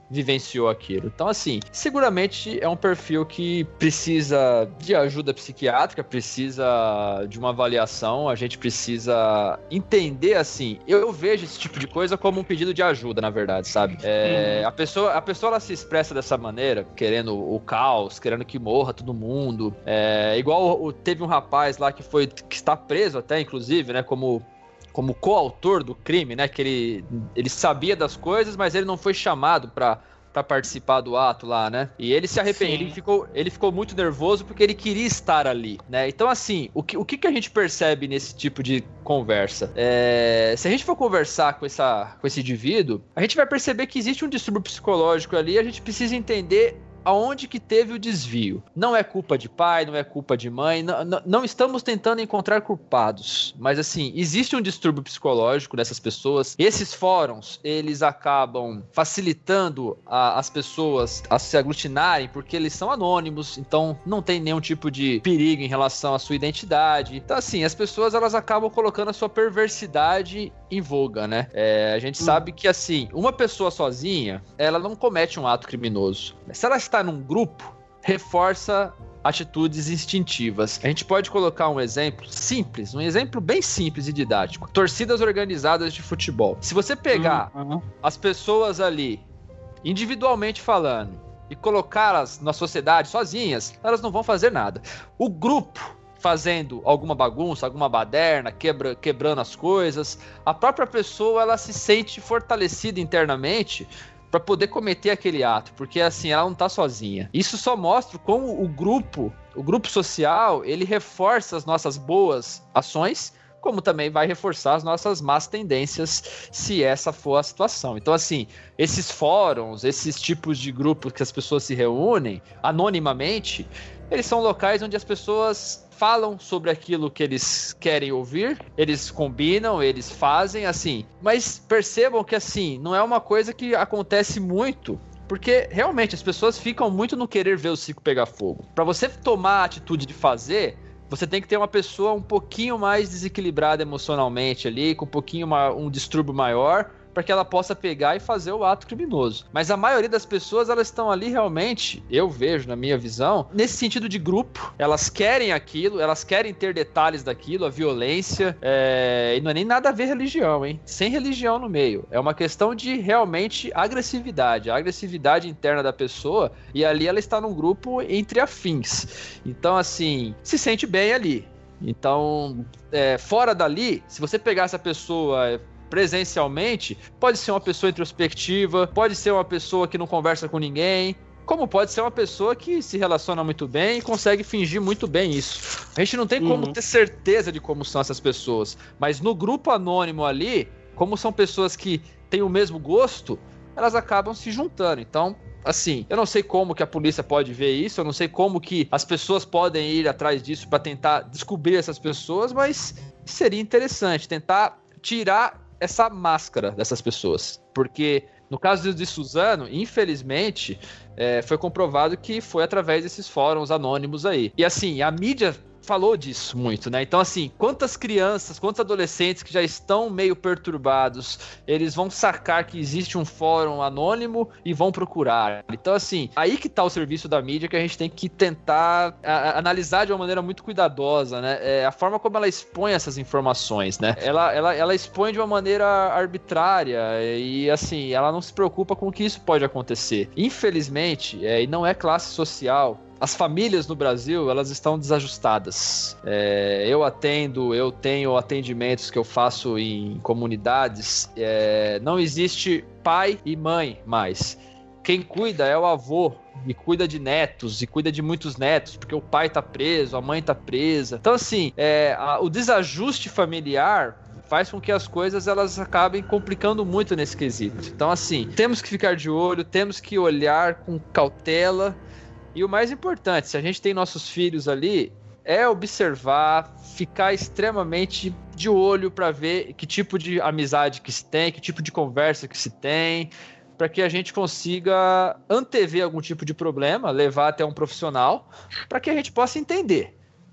vivenciou aquilo. Então, assim, seguramente é um perfil que precisa de ajuda psiquiátrica, precisa de uma avaliação, a gente precisa entender, assim, eu, eu vejo esse tipo de coisa como um pedido de ajuda, na verdade, sabe? É, a pessoa, a pessoa, ela se expressa dessa maneira, querendo o caos, querendo que morra todo mundo, é, igual o, teve um rapaz lá que foi, que está preso até, inclusive, né, como... como coautor do crime, né, que ele, ele sabia das coisas, mas ele não foi chamado pra, pra participar do ato lá, né, e ele se arrependeu, ele ficou, ele ficou muito nervoso porque ele queria estar ali, né, então assim, o que, o que que a gente percebe nesse tipo de conversa? É, se a gente for conversar com, essa, com esse indivíduo, a gente vai perceber que existe um distúrbio psicológico ali, e a gente precisa entender aonde que teve o desvio. Não é culpa de pai, não é culpa de mãe, não, não, não estamos tentando encontrar culpados, mas assim, existe um distúrbio psicológico dessas pessoas. Esses fóruns, eles acabam facilitando a, as pessoas a se aglutinarem, porque eles são anônimos, então não tem nenhum tipo de perigo em relação à sua identidade. Então assim, as pessoas, elas acabam colocando a sua perversidade em voga, né? É, a gente hum. sabe que assim, uma pessoa sozinha, ela não comete um ato criminoso. Se ela está num grupo, reforça atitudes instintivas. A gente pode colocar um exemplo simples, um exemplo bem simples e didático. Torcidas organizadas de futebol. Se você pegar uhum. as pessoas ali, individualmente falando, e colocá-las na sociedade sozinhas, elas não vão fazer nada. O grupo fazendo alguma bagunça, alguma baderna, quebra, quebrando as coisas, a própria pessoa, ela se sente fortalecida internamente para poder cometer aquele ato, porque assim, ela não tá sozinha. Isso só mostra como o grupo, o grupo social, ele reforça as nossas boas ações, como também vai reforçar as nossas más tendências, se essa for a situação. Então, assim, esses fóruns, esses tipos de grupos que as pessoas se reúnem anonimamente, eles são locais onde as pessoas falam sobre aquilo que eles querem ouvir, eles combinam, eles fazem, assim. Mas percebam que, assim, não é uma coisa que acontece muito, porque realmente as pessoas ficam muito no querer ver o circo pegar fogo. Para você tomar a atitude de fazer, você tem que ter uma pessoa um pouquinho mais desequilibrada emocionalmente ali, com um pouquinho uma, um distúrbio maior, para que ela possa pegar e fazer o ato criminoso. Mas a maioria das pessoas, elas estão ali realmente, eu vejo na minha visão, nesse sentido de grupo. Elas querem aquilo, elas querem ter detalhes daquilo, a violência, é... e não é nem nada a ver religião, hein? Sem religião no meio. É uma questão de realmente agressividade, a agressividade interna da pessoa, e ali ela está num grupo entre afins. Então, assim, se sente bem ali. Então, é, fora dali, se você pegar essa pessoa presencialmente, pode ser uma pessoa introspectiva, pode ser uma pessoa que não conversa com ninguém, como pode ser uma pessoa que se relaciona muito bem e consegue fingir muito bem isso. A gente não tem como uhum. ter certeza de como são essas pessoas, mas no grupo anônimo ali, como são pessoas que têm o mesmo gosto, elas acabam se juntando. Então, assim, eu não sei como que a polícia pode ver isso, eu não sei como que as pessoas podem ir atrás disso para tentar descobrir essas pessoas, mas seria interessante tentar tirar essa máscara dessas pessoas, porque no caso de Suzano, infelizmente, é, foi comprovado que foi através desses fóruns anônimos aí. E assim, a mídia falou disso muito, né? Então, assim, quantas crianças, quantos adolescentes que já estão meio perturbados, eles vão sacar que existe um fórum anônimo e vão procurar. Então, assim, aí que tá o serviço da mídia que a gente tem que tentar a, a, analisar de uma maneira muito cuidadosa, né? É, a forma como ela expõe essas informações, né? Ela, ela, ela expõe de uma maneira arbitrária e, assim, ela não se preocupa com o que isso pode acontecer. Infelizmente, é, e não é classe social, as famílias no Brasil, elas estão desajustadas. É, eu atendo, eu tenho atendimentos que eu faço em comunidades, é, não existe pai e mãe mais. Quem cuida é o avô, e cuida de netos, e cuida de muitos netos, porque o pai tá preso, a mãe tá presa. Então, assim, é, a, o desajuste familiar faz com que as coisas elas acabem complicando muito nesse quesito. Então, assim, temos que ficar de olho, temos que olhar com cautela. E o mais importante, se a gente tem nossos filhos ali, é observar, ficar extremamente de olho para ver que tipo de amizade que se tem, que tipo de conversa que se tem, para que a gente consiga antever algum tipo de problema, levar até um profissional, para que a gente possa entender.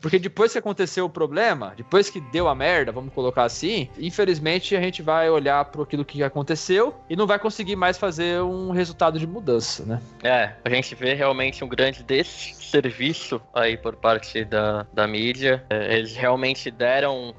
Porque depois que aconteceu o problema, depois que deu a merda, vamos colocar assim, infelizmente a gente vai olhar para aquilo que aconteceu e não vai conseguir mais fazer um resultado de mudança, né? É, a gente vê realmente um grande desserviço aí por parte da, da mídia. É, eles realmente deram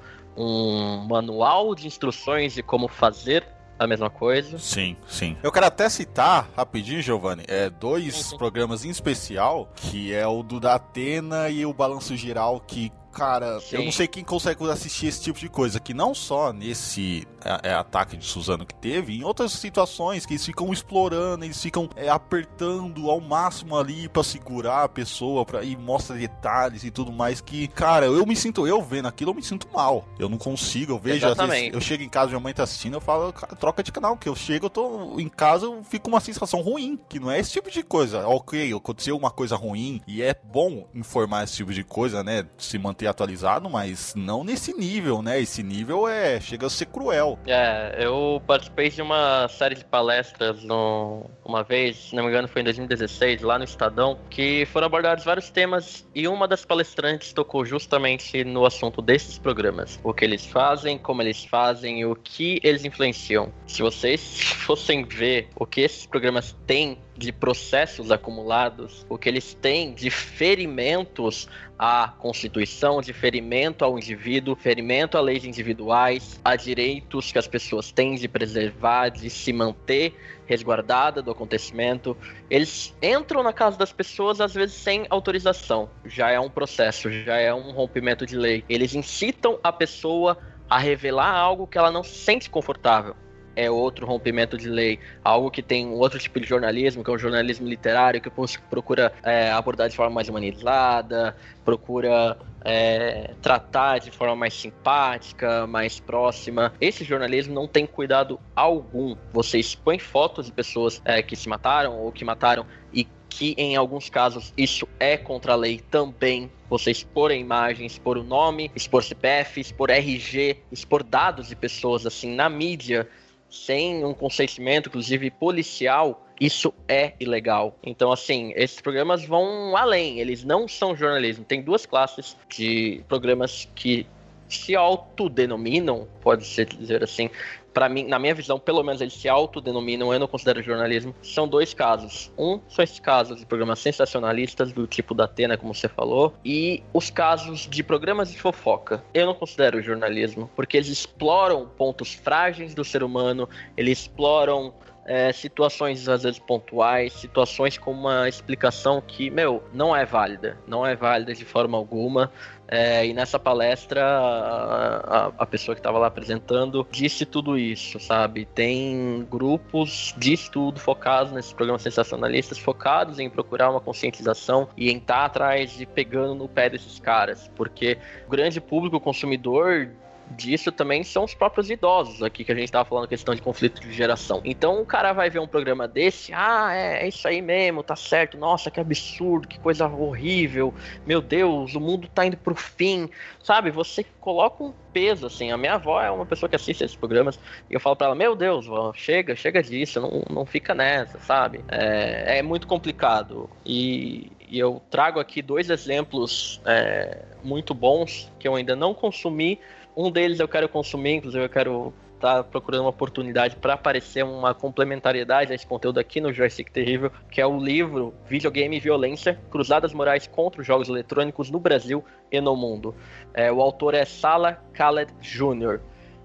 um manual de instruções de como fazer a mesma coisa. Sim, sim. Eu quero até citar, rapidinho, Giovanni, é, dois uhum. programas em especial, que é o do Datena e o Balanço Geral, que, cara, Sim. eu não sei quem consegue assistir esse tipo de coisa, que não só nesse é, é, ataque de Suzano que teve, em outras situações que eles ficam explorando, eles ficam é, apertando ao máximo ali pra segurar a pessoa, pra, e mostra detalhes e tudo mais, que, cara, eu me sinto, eu vendo aquilo, eu me sinto mal. Eu não consigo, eu vejo, Exatamente. às vezes, eu chego em casa, minha mãe tá assistindo, eu falo, troca de canal, que eu chego, eu tô em casa, eu fico com uma sensação ruim, que não é esse tipo de coisa. Ok, aconteceu uma coisa ruim, e é bom informar esse tipo de coisa, né, se manter atualizado, mas não nesse nível, né? Esse nível é chega a ser cruel. É, eu participei de uma série de palestras no, uma vez, se não me engano foi em dois mil e dezesseis, lá no Estadão, que foram abordados vários temas e uma das palestrantes tocou justamente no assunto desses programas. O que eles fazem, como eles fazem e o que eles influenciam. Se vocês fossem ver o que esses programas têm de processos acumulados, o que eles têm de ferimentos à Constituição, de ferimento ao indivíduo, ferimento a leis individuais, a direitos que as pessoas têm de preservar, de se manter resguardada do acontecimento. Eles entram na casa das pessoas, às vezes sem autorização. Já é um processo, já é um rompimento de lei. Eles incitam a pessoa a revelar algo que ela não se sente confortável. É outro rompimento de lei, algo que tem um outro tipo de jornalismo, que é um jornalismo literário, que procura é, abordar de forma mais humanizada, procura é, tratar de forma mais simpática, mais próxima. Esse jornalismo não tem cuidado algum. Você expõe fotos de pessoas é, que se mataram ou que mataram e que em alguns casos isso é contra a lei também. Você expor a imagem, expor o nome, expor C P F, expor R G, expor dados de pessoas assim na mídia, sem um consentimento, inclusive policial, isso é ilegal. Então, assim, esses programas vão além, eles não são jornalismo. Tem duas classes de programas que se autodenominam, pode-se dizer assim, para mim, na minha visão, pelo menos eles se autodenominam, eu não considero jornalismo. São dois casos. Um são esses casos de programas sensacionalistas, do tipo da Atena, como você falou, e os casos de programas de fofoca. Eu não considero jornalismo, porque eles exploram pontos frágeis do ser humano, eles exploram é, situações, às vezes, pontuais, situações com uma explicação que, meu, não é válida. Não é válida de forma alguma. É, e nessa palestra, a, a, a pessoa que estava lá apresentando disse tudo isso, sabe? Tem grupos de estudo focados nesses programas sensacionalistas, focados em procurar uma conscientização e em estar atrás de pegando no pé desses caras, porque o grande público consumidor disso também são os próprios idosos aqui, que a gente tava falando, questão de conflito de geração. Então o cara vai ver um programa desse, ah, é, é isso aí mesmo, tá certo, nossa, que absurdo, que coisa horrível, meu Deus, o mundo tá indo pro fim, sabe? Você coloca um peso, assim, a minha avó é uma pessoa que assiste esses programas, e eu falo pra ela, meu Deus, vó, chega, chega disso, não, não fica nessa, sabe? É, é muito complicado, e... E eu trago aqui dois exemplos é, muito bons que eu ainda não consumi. Um deles eu quero consumir, inclusive eu quero estar tá procurando uma oportunidade para aparecer uma complementariedade a esse conteúdo aqui no Joystick Terrível, que é o livro Videogame e Violência, Cruzadas Morais contra os Jogos Eletrônicos no Brasil e no Mundo. É, o autor é Salah Khaled Júnior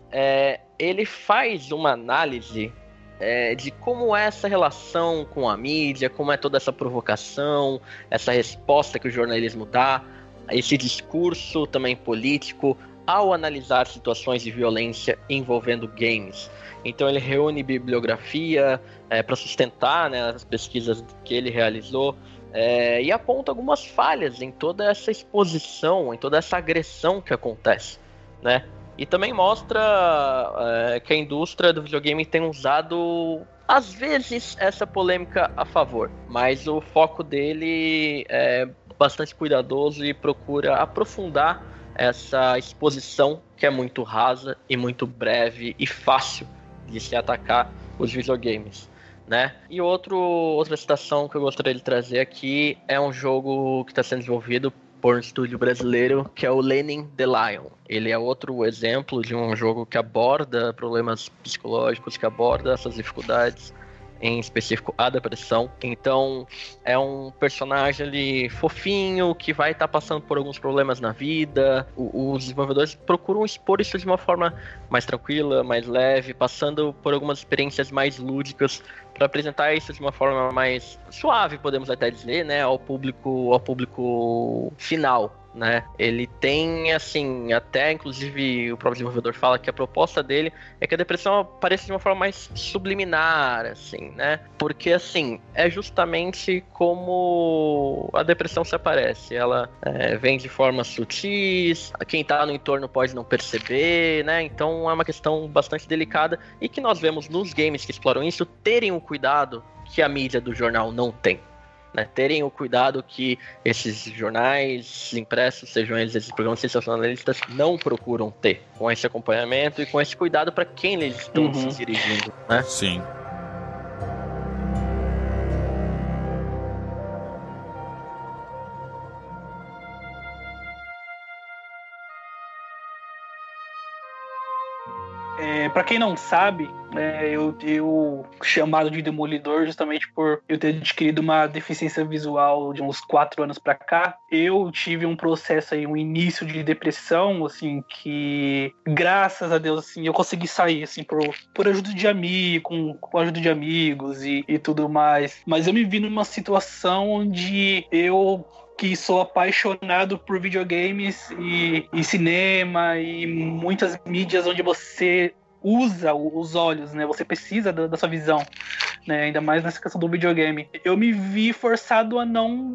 É, ele faz uma análise É, de como é essa relação com a mídia, como é toda essa provocação, essa resposta que o jornalismo dá, esse discurso também político, ao analisar situações de violência envolvendo games. Então ele reúne bibliografia é, para sustentar, né, as pesquisas que ele realizou, é, e aponta algumas falhas em toda essa exposição, em toda essa agressão que acontece, né? E também mostra é, que a indústria do videogame tem usado, às vezes, essa polêmica a favor. Mas o foco dele é bastante cuidadoso e procura aprofundar essa exposição que é muito rasa e muito breve e fácil de se atacar os videogames, né? E outro, outra citação que eu gostaria de trazer aqui é um jogo que está sendo desenvolvido por um estúdio brasileiro, que é o Lenin the Lion. Ele é outro exemplo de um jogo que aborda problemas psicológicos, que aborda essas dificuldades, em específico a depressão. Então é um personagem ali fofinho, que vai estar tá passando por alguns problemas na vida. O, os desenvolvedores procuram expor isso de uma forma mais tranquila, mais leve, passando por algumas experiências mais lúdicas, para apresentar isso de uma forma mais suave, podemos até dizer, né, ao público, ao público final. Né? Ele tem, assim, até inclusive o próprio desenvolvedor fala que a proposta dele é que a depressão apareça de uma forma mais subliminar, assim, né? Porque, assim, é justamente como a depressão se aparece. Ela é, vem de formas sutis, quem tá no entorno pode não perceber, né? Então é uma questão bastante delicada e que nós vemos nos games que exploram isso terem o cuidado que a mídia do jornal não tem. Né, terem o cuidado que esses jornais impressos, sejam eles esses programas sensacionalistas, não procuram ter, com esse acompanhamento e com esse cuidado para quem eles estão uhum. se dirigindo, né? Sim. É, para quem não sabe, é, eu, eu chamado de Demolidor justamente por eu ter adquirido uma deficiência visual de uns quatro anos para cá. Eu tive um processo aí, um início de depressão, assim, que graças a Deus, assim, eu consegui sair, assim, por, por ajuda de amigo, com, com ajuda de amigos e, e tudo mais. Mas eu me vi numa situação onde eu que sou apaixonado por videogames e, e cinema e muitas mídias onde você usa os olhos, né? Você precisa da, da sua visão, né? Ainda mais nessa questão do videogame. Eu me vi forçado a não,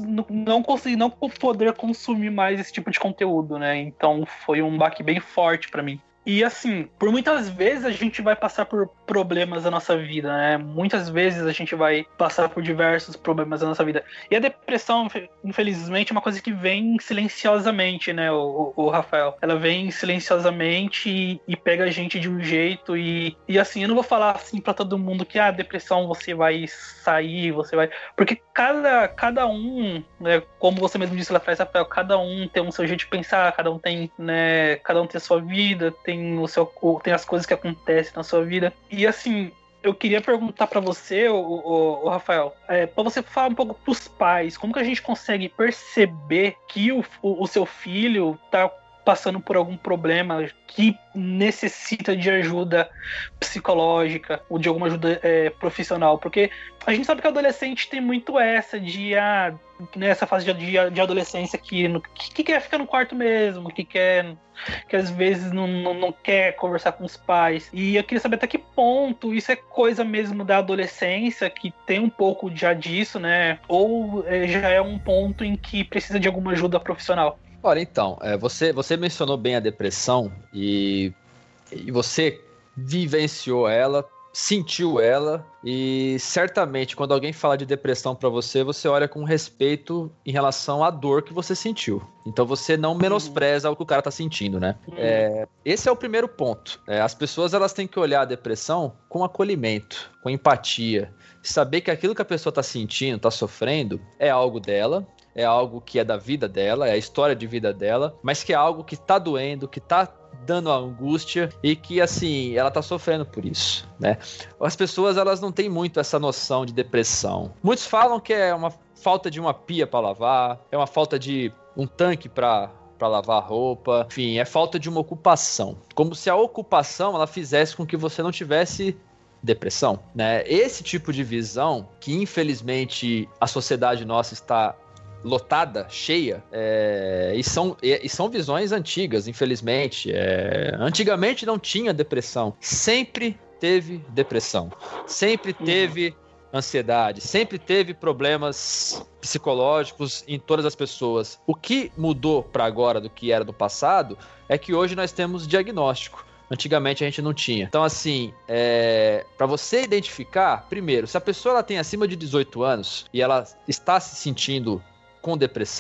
não conseguir, não poder consumir mais esse tipo de conteúdo, né? Então foi um baque bem forte pra mim. E assim, por muitas vezes a gente vai passar por problemas da nossa vida, né? Muitas vezes a gente vai passar por diversos problemas da nossa vida. E a depressão, infelizmente, é uma coisa que vem silenciosamente, né, o, o, o Rafael? Ela vem silenciosamente e, e pega a gente de um jeito e, e assim, eu não vou falar assim pra todo mundo que, ah, depressão você vai sair, você vai... Porque cada, cada um, né, como você mesmo disse lá atrás, Rafael, cada um tem um seu jeito de pensar, cada um tem, né, cada um tem a sua vida, tem Tem, o seu, tem as coisas que acontecem na sua vida. E assim, eu queria perguntar pra você, o, o, o Rafael, é, pra você falar um pouco pros pais, como que a gente consegue perceber que o, o, o seu filho tá passando por algum problema que necessita de ajuda psicológica ou de alguma ajuda é, profissional, porque a gente sabe que o adolescente tem muito essa de ah, nessa fase de, de adolescência que, no, que, que quer ficar no quarto mesmo, que quer que às vezes não, não, não quer conversar com os pais, e eu queria saber até que ponto isso é coisa mesmo da adolescência, que tem um pouco já disso, né, ou é, já é um ponto em que precisa de alguma ajuda profissional. Olha, então, é, você, você mencionou bem a depressão e, e você vivenciou ela, sentiu ela e certamente quando alguém fala de depressão pra você, você olha com respeito em relação à dor que você sentiu. Então você não menospreza uhum. o que o cara tá sentindo, né? Uhum. É, esse é o primeiro ponto. É, as pessoas elas têm que olhar a depressão com acolhimento, com empatia, saber que aquilo que a pessoa tá sentindo, tá sofrendo, é algo dela, é algo que é da vida dela, é a história de vida dela, mas que é algo que tá doendo, que tá dando angústia e que, assim, ela tá sofrendo por isso, né? As pessoas, elas não têm muito essa noção de depressão. Muitos falam que é uma falta de uma pia para lavar, é uma falta de um tanque para para lavar roupa, enfim, é falta de uma ocupação. Como se a ocupação, ela fizesse com que você não tivesse depressão, né? Esse tipo de visão, que infelizmente a sociedade nossa está lotada, cheia, é, e, são, e, e são visões antigas, infelizmente. É, antigamente não tinha depressão, sempre teve depressão, sempre teve ansiedade, sempre teve problemas psicológicos em todas as pessoas. O que mudou para agora do que era do passado é que hoje nós temos diagnóstico. Antigamente a gente não tinha. Então, assim, é... para você identificar, primeiro, se a pessoa ela tem acima de dezoito anos e ela está se sentindo com depressão,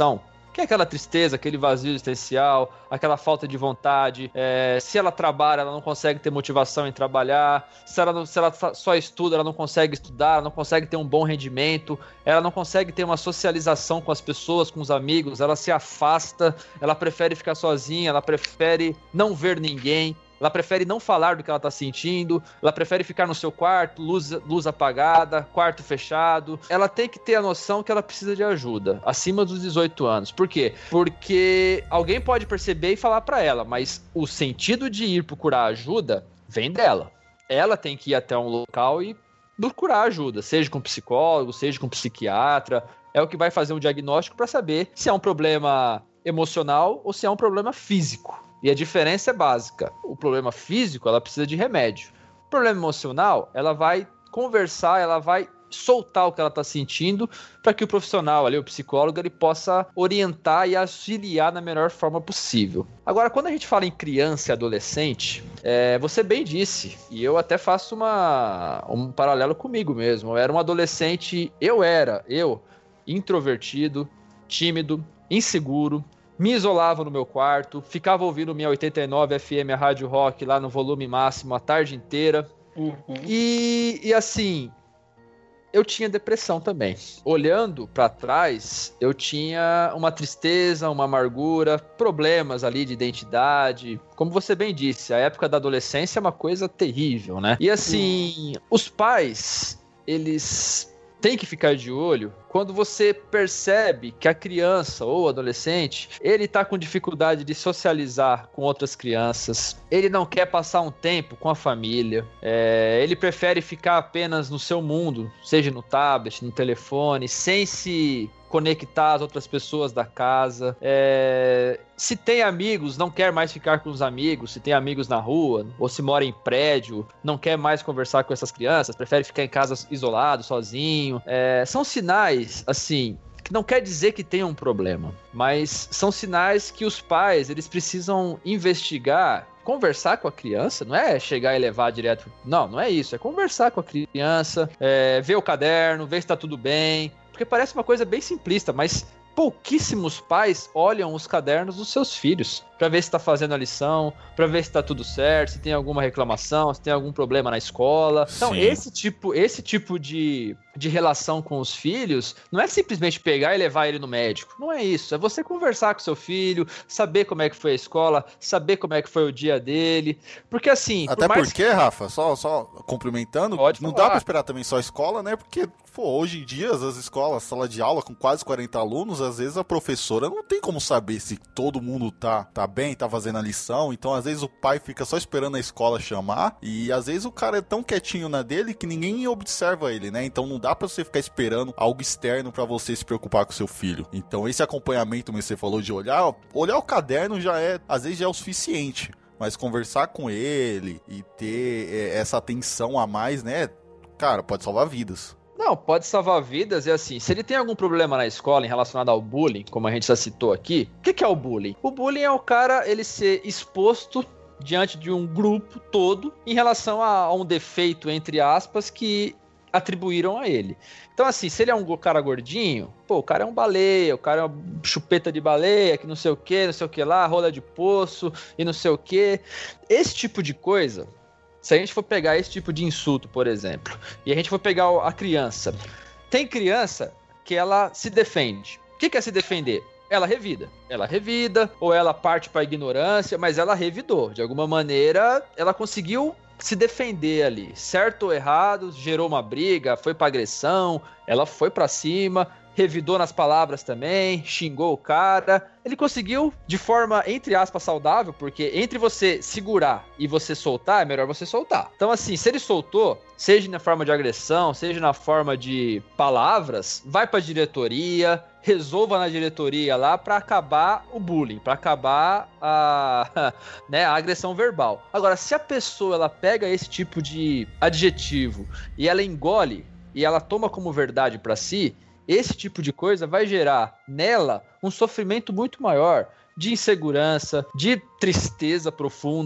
que é aquela tristeza, aquele vazio existencial, aquela falta de vontade. É, se ela trabalha, ela não consegue ter motivação em trabalhar. Se ela, não, se ela só estuda, ela não consegue estudar, ela não consegue ter um bom rendimento, ela não consegue ter uma socialização com as pessoas, com os amigos, ela se afasta, ela prefere ficar sozinha, ela prefere não ver ninguém. Ela prefere não falar do que ela tá sentindo, ela prefere ficar no seu quarto, luz, luz apagada, quarto fechado. Ela tem que ter a noção que ela precisa de ajuda, acima dos dezoito anos. Por quê? Porque alguém pode perceber e falar pra ela, mas o sentido de ir procurar ajuda vem dela. Ela tem que ir até um local e procurar ajuda, seja com psicólogo, seja com psiquiatra. É o que vai fazer um diagnóstico para saber se é um problema emocional ou se é um problema físico. E a diferença é básica. O problema físico, ela precisa de remédio. O problema emocional, ela vai conversar, ela vai soltar o que ela está sentindo para que o profissional ali, o psicólogo, ele possa orientar e auxiliar na melhor forma possível. Agora, quando a gente fala em criança e adolescente, é, você bem disse, e eu até faço uma, um paralelo comigo mesmo. Eu era um adolescente, eu era, eu, introvertido, tímido, inseguro, me isolava no meu quarto, ficava ouvindo minha oitenta e nove F M, a Rádio Rock, lá no volume máximo a tarde inteira. Uhum. E, e assim, eu tinha depressão também. Olhando pra trás, eu tinha uma tristeza, uma amargura, problemas ali de identidade. Como você bem disse, a época da adolescência é uma coisa terrível, né? E assim, uhum. os pais, eles têm que ficar de olho quando você percebe que a criança ou adolescente, ele tá com dificuldade de socializar com outras crianças, ele não quer passar um tempo com a família, é, ele prefere ficar apenas no seu mundo, seja no tablet, no telefone, sem se conectar às outras pessoas da casa. É, se tem amigos, não quer mais ficar com os amigos. Se tem amigos na rua, ou se mora em prédio, não quer mais conversar com essas crianças, prefere ficar em casa isolado, sozinho. É, são sinais, assim, que não quer dizer que tenha um problema, mas são sinais que os pais, eles precisam investigar, conversar com a criança, não é chegar e levar direto, não, não é isso, é conversar com a criança, é, ver o caderno, ver se tá tudo bem, porque parece uma coisa bem simplista, mas pouquíssimos pais olham os cadernos dos seus filhos para ver se está fazendo a lição, para ver se está tudo certo, se tem alguma reclamação, se tem algum problema na escola. Então, Sim. esse tipo, esse tipo de, de relação com os filhos não é simplesmente pegar e levar ele no médico. Não é isso. É você conversar com seu filho, saber como é que foi a escola, saber como é que foi o dia dele. Porque assim... Até por mais porque, que... Rafa, só, só complementando, Pode não falar. dá para esperar também só a escola, né? Porque, pô, hoje em dia, as escolas, sala de aula com quase quarenta alunos, às vezes a professora não tem como saber se todo mundo tá, tá bem, tá fazendo a lição. Então, às vezes o pai fica só esperando a escola chamar e, às vezes, o cara é tão quietinho na dele que ninguém observa ele, né? Então, não dá pra você ficar esperando algo externo pra você se preocupar com seu filho. Então, esse acompanhamento que você falou de olhar, olhar o caderno já é, às vezes, já é o suficiente. Mas conversar com ele e ter é, essa atenção a mais, né? Cara, pode salvar vidas. Não, pode salvar vidas e assim, se ele tem algum problema na escola em relacionado ao bullying, como a gente já citou aqui, o que, que é o bullying? O bullying é o cara, ele ser exposto diante de um grupo todo em relação a, a um defeito, entre aspas, que atribuíram a ele. Então assim, se ele é um cara gordinho, pô, o cara é um baleia, o cara é uma chupeta de baleia, que não sei o que, não sei o que lá, rola de poço e não sei o que. Esse tipo de coisa... Se a gente for pegar esse tipo de insulto, por exemplo, e a gente for pegar a criança, tem criança que ela se defende. O que é se defender? Ela revida. Ela revida, ou ela parte para a ignorância, mas ela revidou. De alguma maneira, ela conseguiu se defender ali. Certo ou errado, gerou uma briga, foi para agressão, ela foi para cima... revidou nas palavras também, xingou o cara. Ele conseguiu de forma, entre aspas, saudável, porque entre você segurar e você soltar, é melhor você soltar. Então, assim, se ele soltou, seja na forma de agressão, seja na forma de palavras, vai pra diretoria, resolva na diretoria lá pra acabar o bullying, pra acabar a, né, a agressão verbal. Agora, se a pessoa ela pega esse tipo de adjetivo e ela engole e ela toma como verdade pra si, esse tipo de coisa vai gerar nela um sofrimento muito maior de insegurança, de tristeza profunda,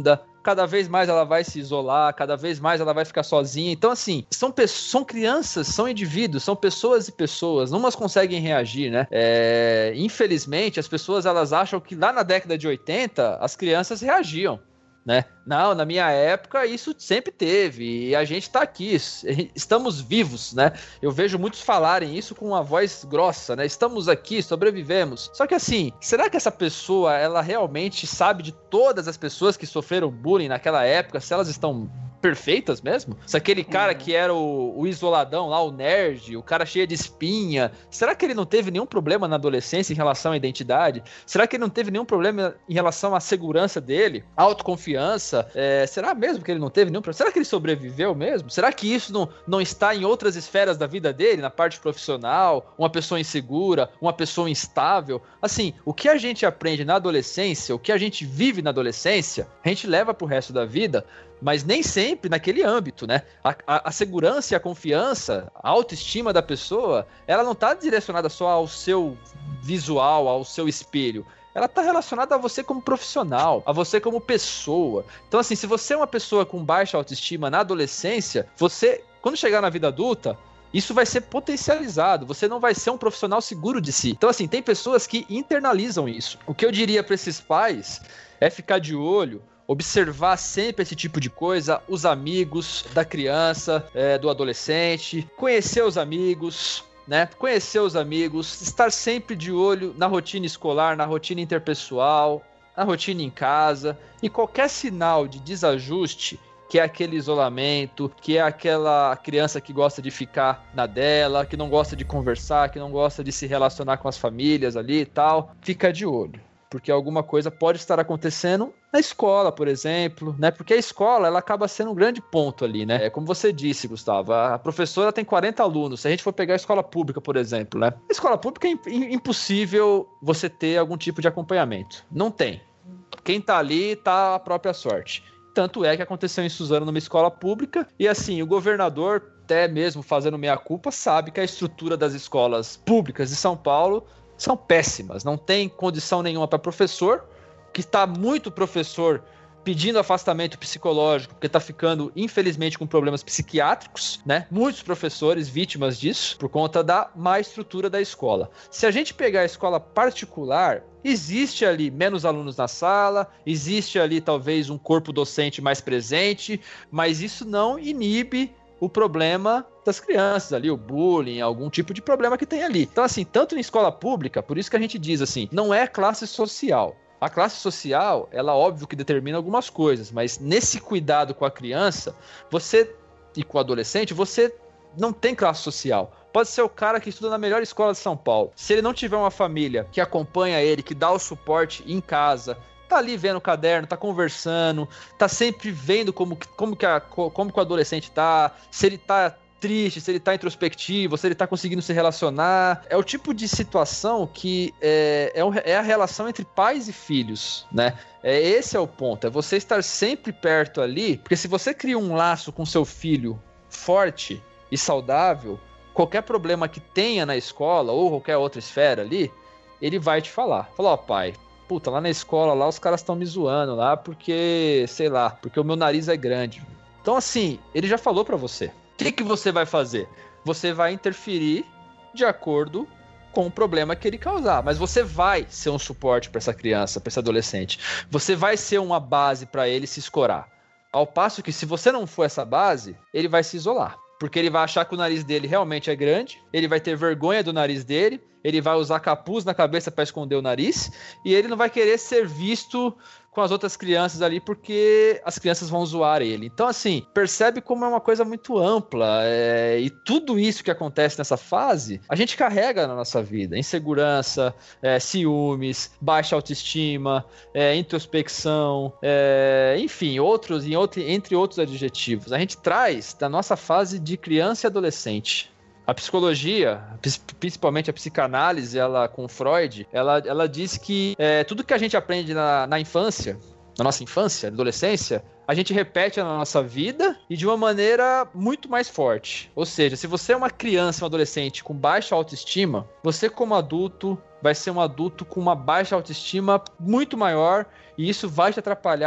cada vez mais ela vai se isolar, cada vez mais ela vai ficar sozinha. Então, assim, são, são crianças, são indivíduos, são pessoas e pessoas, umas conseguem reagir, né? É, infelizmente, as pessoas, elas acham que lá na década de oitenta, as crianças reagiam, né? Não, na minha época isso sempre teve, e a gente tá aqui, estamos vivos, né? Eu vejo muitos falarem isso com uma voz grossa, né? Estamos aqui, sobrevivemos. Só que assim, será que essa pessoa, ela realmente sabe de todas as pessoas que sofreram bullying naquela época, se elas estão perfeitas mesmo? Se aquele cara uhum. que era o, o isoladão lá, o nerd, o cara cheio de espinha, será que ele não teve nenhum problema na adolescência em relação à identidade? Será que ele não teve nenhum problema em relação à segurança dele? Autoconfiança? É, será mesmo que ele não teve nenhum problema? Será que ele sobreviveu mesmo? Será que isso não, não está em outras esferas da vida dele? Na parte profissional? Uma pessoa insegura? Uma pessoa instável? Assim, o que a gente aprende na adolescência, o que a gente vive na adolescência, a gente leva pro resto da vida, mas nem sempre naquele âmbito, né? A, a, a segurança e a confiança, a autoestima da pessoa, ela não está direcionada só ao seu visual, ao seu espelho. Ela está relacionada a você como profissional, a você como pessoa. Então, assim, se você é uma pessoa com baixa autoestima na adolescência, você, quando chegar na vida adulta, isso vai ser potencializado, você não vai ser um profissional seguro de si. Então, assim, tem pessoas que internalizam isso. O que eu diria para esses pais é ficar de olho, observar sempre esse tipo de coisa, os amigos da criança, é, do adolescente, conhecer os amigos, né? Conhecer os amigos, estar sempre de olho na rotina escolar, na rotina interpessoal, na rotina em casa, e qualquer sinal de desajuste, que é aquele isolamento, que é aquela criança que gosta de ficar na dela, que não gosta de conversar, que não gosta de se relacionar com as famílias ali e tal, fica de olho. Porque alguma coisa pode estar acontecendo na escola, por exemplo, né? Porque a escola, ela acaba sendo um grande ponto ali, né? É como você disse, Gustavo, a professora tem quarenta alunos. Se a gente for pegar a escola pública, por exemplo, né? A escola pública é impossível você ter algum tipo de acompanhamento. Não tem. Quem tá ali tá a própria sorte. Tanto é que aconteceu em Suzano numa escola pública, e assim, o governador, até mesmo fazendo meia-culpa, sabe que a estrutura das escolas públicas de São Paulo são péssimas, não tem condição nenhuma para professor, que está muito professor pedindo afastamento psicológico, porque está ficando, infelizmente, com problemas psiquiátricos, né? Muitos professores vítimas disso, por conta da má estrutura da escola. Se a gente pegar a escola particular, existe ali menos alunos na sala, existe ali talvez um corpo docente mais presente, mas isso não inibe o problema das crianças ali, o bullying, algum tipo de problema que tem ali. Então, assim, tanto em escola pública, por isso que a gente diz assim, não é classe social. A classe social, ela óbvio que determina algumas coisas, mas nesse cuidado com a criança, você e com o adolescente, você não tem classe social. Pode ser o cara que estuda na melhor escola de São Paulo. Se ele não tiver uma família que acompanha ele, que dá o suporte em casa, tá ali vendo o caderno, tá conversando, tá sempre vendo como, como, que, a, como que o adolescente tá, se ele tá triste, se ele tá introspectivo, se ele tá conseguindo se relacionar. É o tipo de situação que é, é, é a relação entre pais e filhos, né? É, esse é o ponto, é você estar sempre perto ali, porque se você cria um laço com seu filho forte e saudável, qualquer problema que tenha na escola ou qualquer outra esfera ali, ele vai te falar. Falar, ó, pai, puta, lá na escola, lá os caras estão me zoando lá porque, sei lá, porque o meu nariz é grande. Então, assim, ele já falou pra você. O que, que você vai fazer? Você vai interferir de acordo com o problema que ele causar. Mas você vai ser um suporte para essa criança, para esse adolescente. Você vai ser uma base para ele se escorar. Ao passo que, se você não for essa base, ele vai se isolar. Porque ele vai achar que o nariz dele realmente é grande, ele vai ter vergonha do nariz dele, ele vai usar capuz na cabeça para esconder o nariz, e ele não vai querer ser visto com as outras crianças ali, porque as crianças vão zoar ele. Então, assim, percebe como é uma coisa muito ampla, é, e tudo isso que acontece nessa fase, a gente carrega na nossa vida. Insegurança, é, ciúmes, baixa autoestima, é, introspecção, é, enfim, outros, em outro, entre outros adjetivos. A gente traz da nossa fase de criança e adolescente. A psicologia, principalmente a psicanálise, ela com Freud, ela, ela diz que é, tudo que a gente aprende na, na infância, na nossa infância, na adolescência, a gente repete na nossa vida e de uma maneira muito mais forte. Ou seja, se você é uma criança, um adolescente com baixa autoestima, você como adulto vai ser um adulto com uma baixa autoestima muito maior, e isso vai te atrapalhar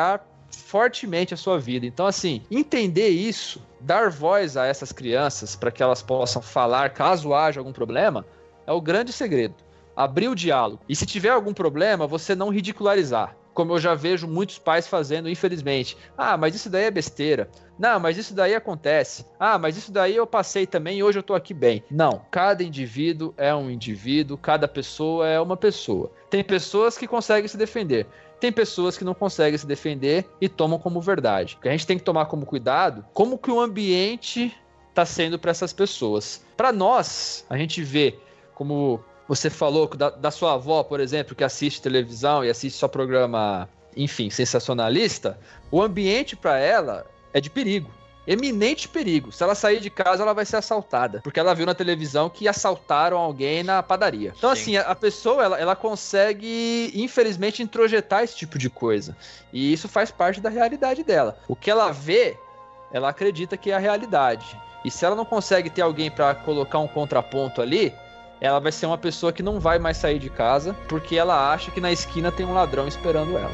fortemente a sua vida. Então, assim, entender isso, dar voz a essas crianças para que elas possam falar caso haja algum problema, é o grande segredo. Abrir o diálogo. E se tiver algum problema, você não ridicularizar. Como eu já vejo muitos pais fazendo, infelizmente. Ah, mas isso daí é besteira. Não, mas isso daí acontece. Ah, mas isso daí eu passei também e hoje eu tô aqui bem. Não, cada indivíduo é um indivíduo, cada pessoa é uma pessoa. Tem pessoas que conseguem se defender. Tem pessoas que não conseguem se defender e tomam como verdade. O que a gente tem que tomar como cuidado, como que o ambiente está sendo para essas pessoas. Para nós, a gente vê como você falou da, da sua avó, por exemplo, que assiste televisão e assiste só programa, enfim, sensacionalista, o ambiente para ela é de perigo. Eminente perigo. Se ela sair de casa, ela vai ser assaltada. Porque ela viu na televisão que assaltaram alguém na padaria. Então, Sim. assim, a, a pessoa, ela, ela consegue, infelizmente, introjetar esse tipo de coisa. E isso faz parte da realidade dela. O que ela vê, ela acredita que é a realidade. E se ela não consegue ter alguém para colocar um contraponto ali, ela vai ser uma pessoa que não vai mais sair de casa, porque ela acha que na esquina tem um ladrão esperando ela.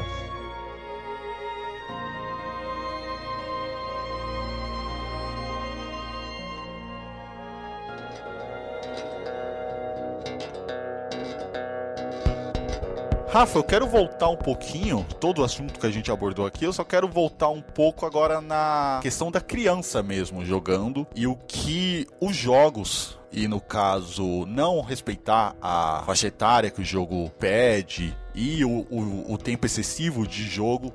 Rafa, eu quero voltar um pouquinho, todo o assunto que a gente abordou aqui, eu só quero voltar um pouco agora na questão da criança mesmo jogando e o que os jogos, e no caso não respeitar a faixa etária que o jogo pede e o, o, o tempo excessivo de jogo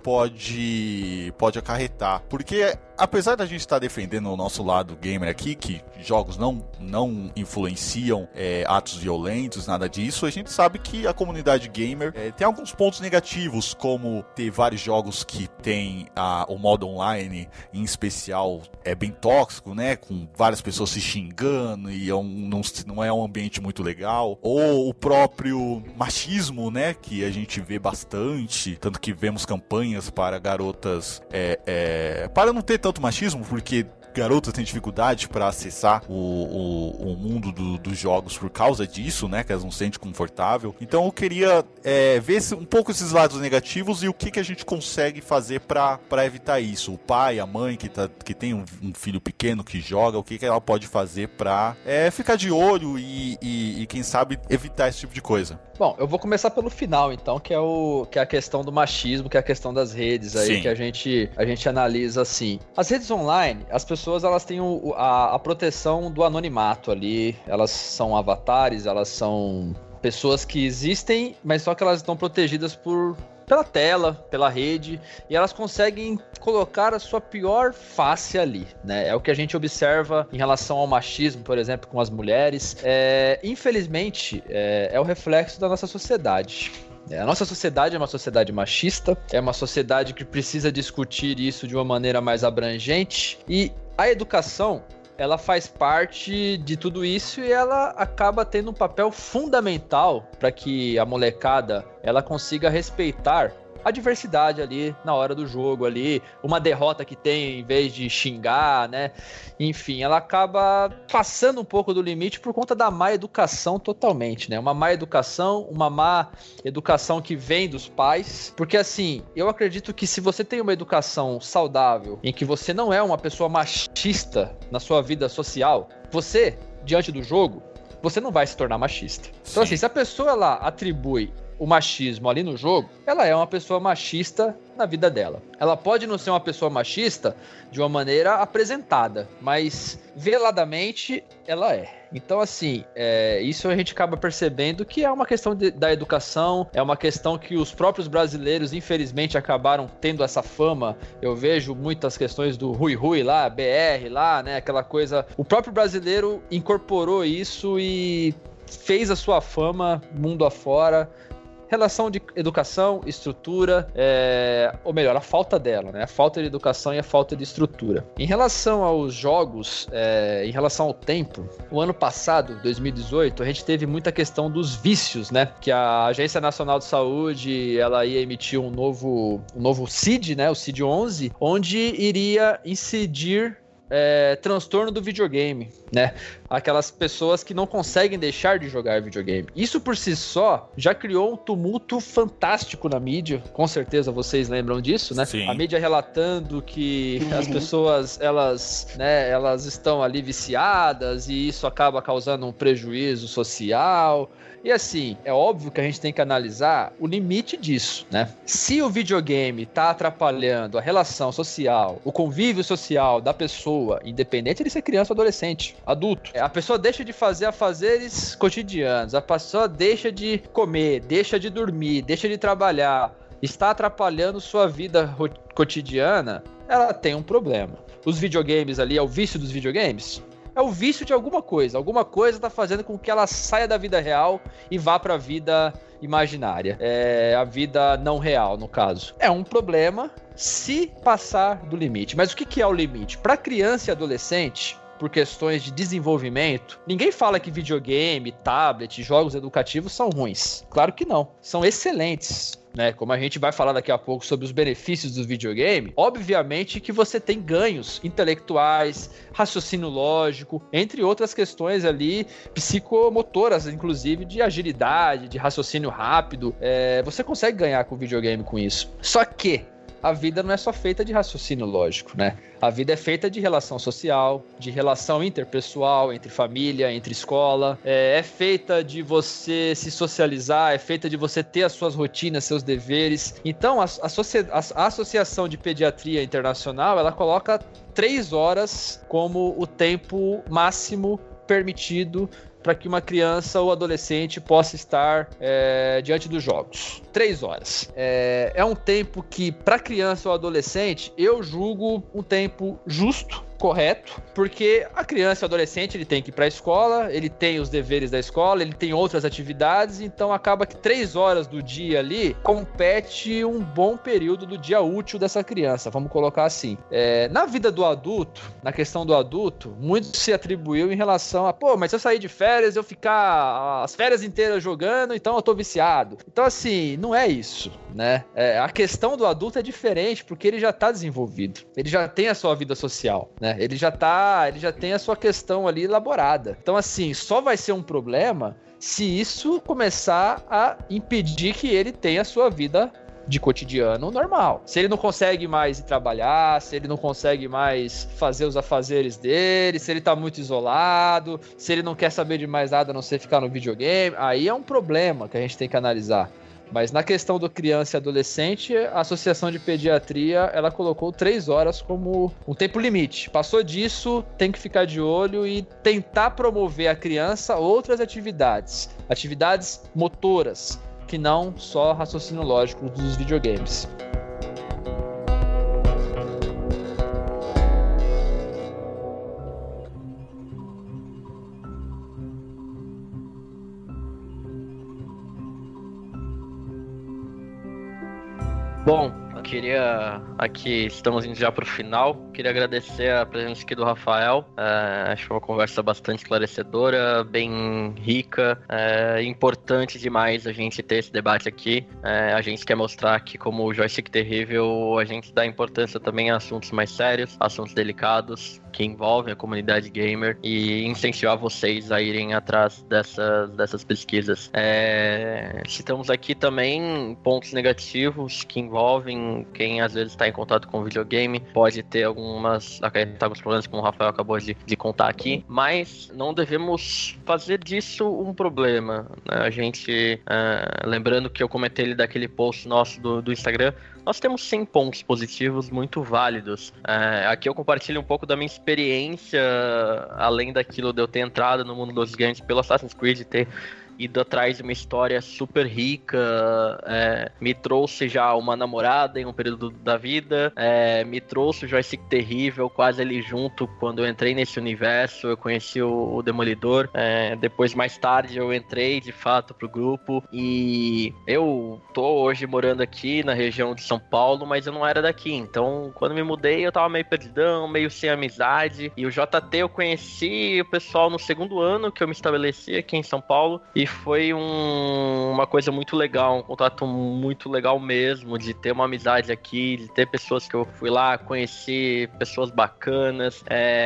pode, pode acarretar. Porque apesar da gente estar defendendo o nosso lado gamer aqui, que jogos não, não influenciam é, atos violentos, nada disso, a gente sabe que a comunidade gamer é, tem alguns pontos negativos, como ter vários jogos que tem a, o modo online, em especial, é bem tóxico, né? Com várias pessoas se xingando e é um, não, não é um ambiente muito legal. Ou o próprio machismo, né? Que a gente vê bastante, tanto que vemos campanhas para garotas é, é, para não ter tanto machismo, porque garotas têm dificuldade para acessar o, o, o mundo do, dos jogos por causa disso, né? Que elas não se sentem confortável. Então eu queria é, ver um pouco esses lados negativos e o que, que a gente consegue fazer para evitar isso. O pai, a mãe que, tá, que tem um, um filho pequeno que joga, o que, que ela pode fazer para é, ficar de olho e, e, e, quem sabe, evitar esse tipo de coisa. Bom, eu vou começar pelo final, então, que é, o, que é a questão do machismo, que é a questão das redes aí, Sim. que a gente, a gente analisa assim. As redes online, as pessoas elas têm o, a, a proteção do anonimato ali, elas são avatares, elas são pessoas que existem, mas só que elas estão protegidas por... pela tela, pela rede, e elas conseguem colocar a sua pior face ali, né? É o que a gente observa em relação ao machismo, por exemplo, com as mulheres. É, infelizmente, é, é o reflexo da nossa sociedade. A nossa sociedade é uma sociedade machista, é uma sociedade que precisa discutir isso de uma maneira mais abrangente, e a educação, ela faz parte de tudo isso e ela acaba tendo um papel fundamental para que a molecada ela consiga respeitar a diversidade ali na hora do jogo ali, uma derrota que tem em vez de xingar, né? Enfim, ela acaba passando um pouco do limite por conta da má educação totalmente, né? Uma má educação, uma má educação que vem dos pais, porque assim, eu acredito que se você tem uma educação saudável, em que você não é uma pessoa machista na sua vida social, você, diante do jogo, você não vai se tornar machista. Então assim, se a pessoa ela atribui o machismo ali no jogo, ela é uma pessoa machista na vida dela. Ela pode não ser uma pessoa machista de uma maneira apresentada, mas veladamente ela é. Então, assim, é, isso a gente acaba percebendo que é uma questão de, da educação, é uma questão que os próprios brasileiros, infelizmente, acabaram tendo essa fama. Eu vejo muitas questões do Rui Rui lá, B R lá, né, aquela coisa. O próprio brasileiro incorporou isso e fez a sua fama mundo afora. Relação de educação, estrutura, é, ou melhor, a falta dela, né? A falta de educação e a falta de estrutura. Em relação aos jogos, é, em relação ao tempo, o ano passado, dois mil e dezoito, a gente teve muita questão dos vícios, né? Que a Agência Nacional de Saúde, ela ia emitir um novo, um novo C I D, né? O C I D onze, onde iria incidir é, transtorno do videogame, né? Aquelas pessoas que não conseguem deixar de jogar videogame. Isso por si só já criou um tumulto fantástico na mídia, com certeza vocês lembram disso, né? Sim. A mídia relatando que uhum. as pessoas, elas, né, elas estão ali viciadas e isso acaba causando um prejuízo social. E assim, é óbvio que a gente tem que analisar o limite disso, né? Se o videogame tá atrapalhando a relação social, o convívio social da pessoa, independente de ser criança ou adolescente, adulto, a pessoa deixa de fazer afazeres cotidianos, a pessoa deixa de comer, deixa de dormir, deixa de trabalhar, está atrapalhando sua vida cotidiana, ela tem um problema. Os videogames ali, é o vício dos videogames? É o vício de alguma coisa. Alguma coisa está fazendo com que ela saia da vida real e vá para a vida imaginária. É a vida não real, no caso. É um problema se passar do limite. Mas o que é o limite? Para criança e adolescente, por questões de desenvolvimento, ninguém fala que videogame, tablet, jogos educativos são ruins. Claro que não. São excelentes. Né? Como a gente vai falar daqui a pouco sobre os benefícios do videogame, obviamente que você tem ganhos intelectuais, raciocínio lógico, entre outras questões ali psicomotoras, inclusive de agilidade, de raciocínio rápido. É, você consegue ganhar com o videogame com isso. Só que a vida não é só feita de raciocínio lógico, né? A vida é feita de relação social, de relação interpessoal, entre família, entre escola. É, é feita de você se socializar, é feita de você ter as suas rotinas, seus deveres. Então, a, a, a, a Associação de Pediatria Internacional, ela coloca três horas como o tempo máximo permitido para que uma criança ou adolescente possa estar é, diante dos jogos. Três horas. É, é um tempo que, para criança ou adolescente, eu julgo um tempo justo, correto, porque a criança e o adolescente, ele tem que ir para a escola, ele tem os deveres da escola, ele tem outras atividades, então acaba que três horas do dia ali compete um bom período do dia útil dessa criança, vamos colocar assim. É, na vida do adulto, na questão do adulto, muito se atribuiu em relação a, pô, mas se eu sair de férias, eu ficar as férias inteiras jogando, então eu tô viciado. Então assim, não é isso, né? É, a questão do adulto é diferente, porque ele já tá desenvolvido, ele já tem a sua vida social, né? Ele já tá, ele já tem a sua questão ali elaborada. Então, assim, só vai ser um problema se isso começar a impedir que ele tenha a sua vida de cotidiano normal. Se ele não consegue mais ir trabalhar, se ele não consegue mais fazer os afazeres dele, se ele tá muito isolado, se ele não quer saber de mais nada a não ser ficar no videogame, aí é um problema que a gente tem que analisar. Mas na questão do criança e adolescente, a Associação de Pediatria, ela colocou três horas como um tempo limite. Passou disso, tem que ficar de olho e tentar promover a criança outras atividades. Atividades motoras, que não só raciocínio lógico dos videogames. Bom, eu queria, aqui estamos indo já para o final, queria agradecer a presença aqui do Rafael, é, acho que foi uma conversa bastante esclarecedora, bem rica, é importante demais a gente ter esse debate aqui, é, a gente quer mostrar que como o Joystick Terrível, a gente dá importância também a assuntos mais sérios, assuntos delicados, que envolvem a comunidade gamer e incentivar vocês a irem atrás dessas, dessas pesquisas. É, citamos aqui também pontos negativos que envolvem quem às vezes está em contato com o videogame, pode ter algumas, acarretar alguns problemas como o Rafael acabou de, de contar aqui, mas não devemos fazer disso um problema, né? A gente, é, lembrando que eu comentei daquele post nosso do, do Instagram, nós temos sim pontos positivos muito válidos. É, aqui eu compartilho um pouco da minha experiência, além daquilo de eu ter entrado no mundo dos games pelo Assassin's Creed, ter ido atrás de uma história super rica, é, me trouxe já uma namorada em um período da vida, é, me trouxe o Joystick Terrível quase ali junto quando eu entrei nesse universo, eu conheci o, o Demolidor, é, depois mais tarde eu entrei de fato pro grupo e eu tô hoje morando aqui na região de São Paulo, mas eu não era daqui, então quando me mudei eu tava meio perdidão, meio sem amizade, e o J T eu conheci o pessoal no segundo ano que eu me estabeleci aqui em São Paulo e foi um, uma coisa muito legal, um contato muito legal mesmo, de ter uma amizade aqui, de ter pessoas que eu fui lá conhecer, pessoas bacanas,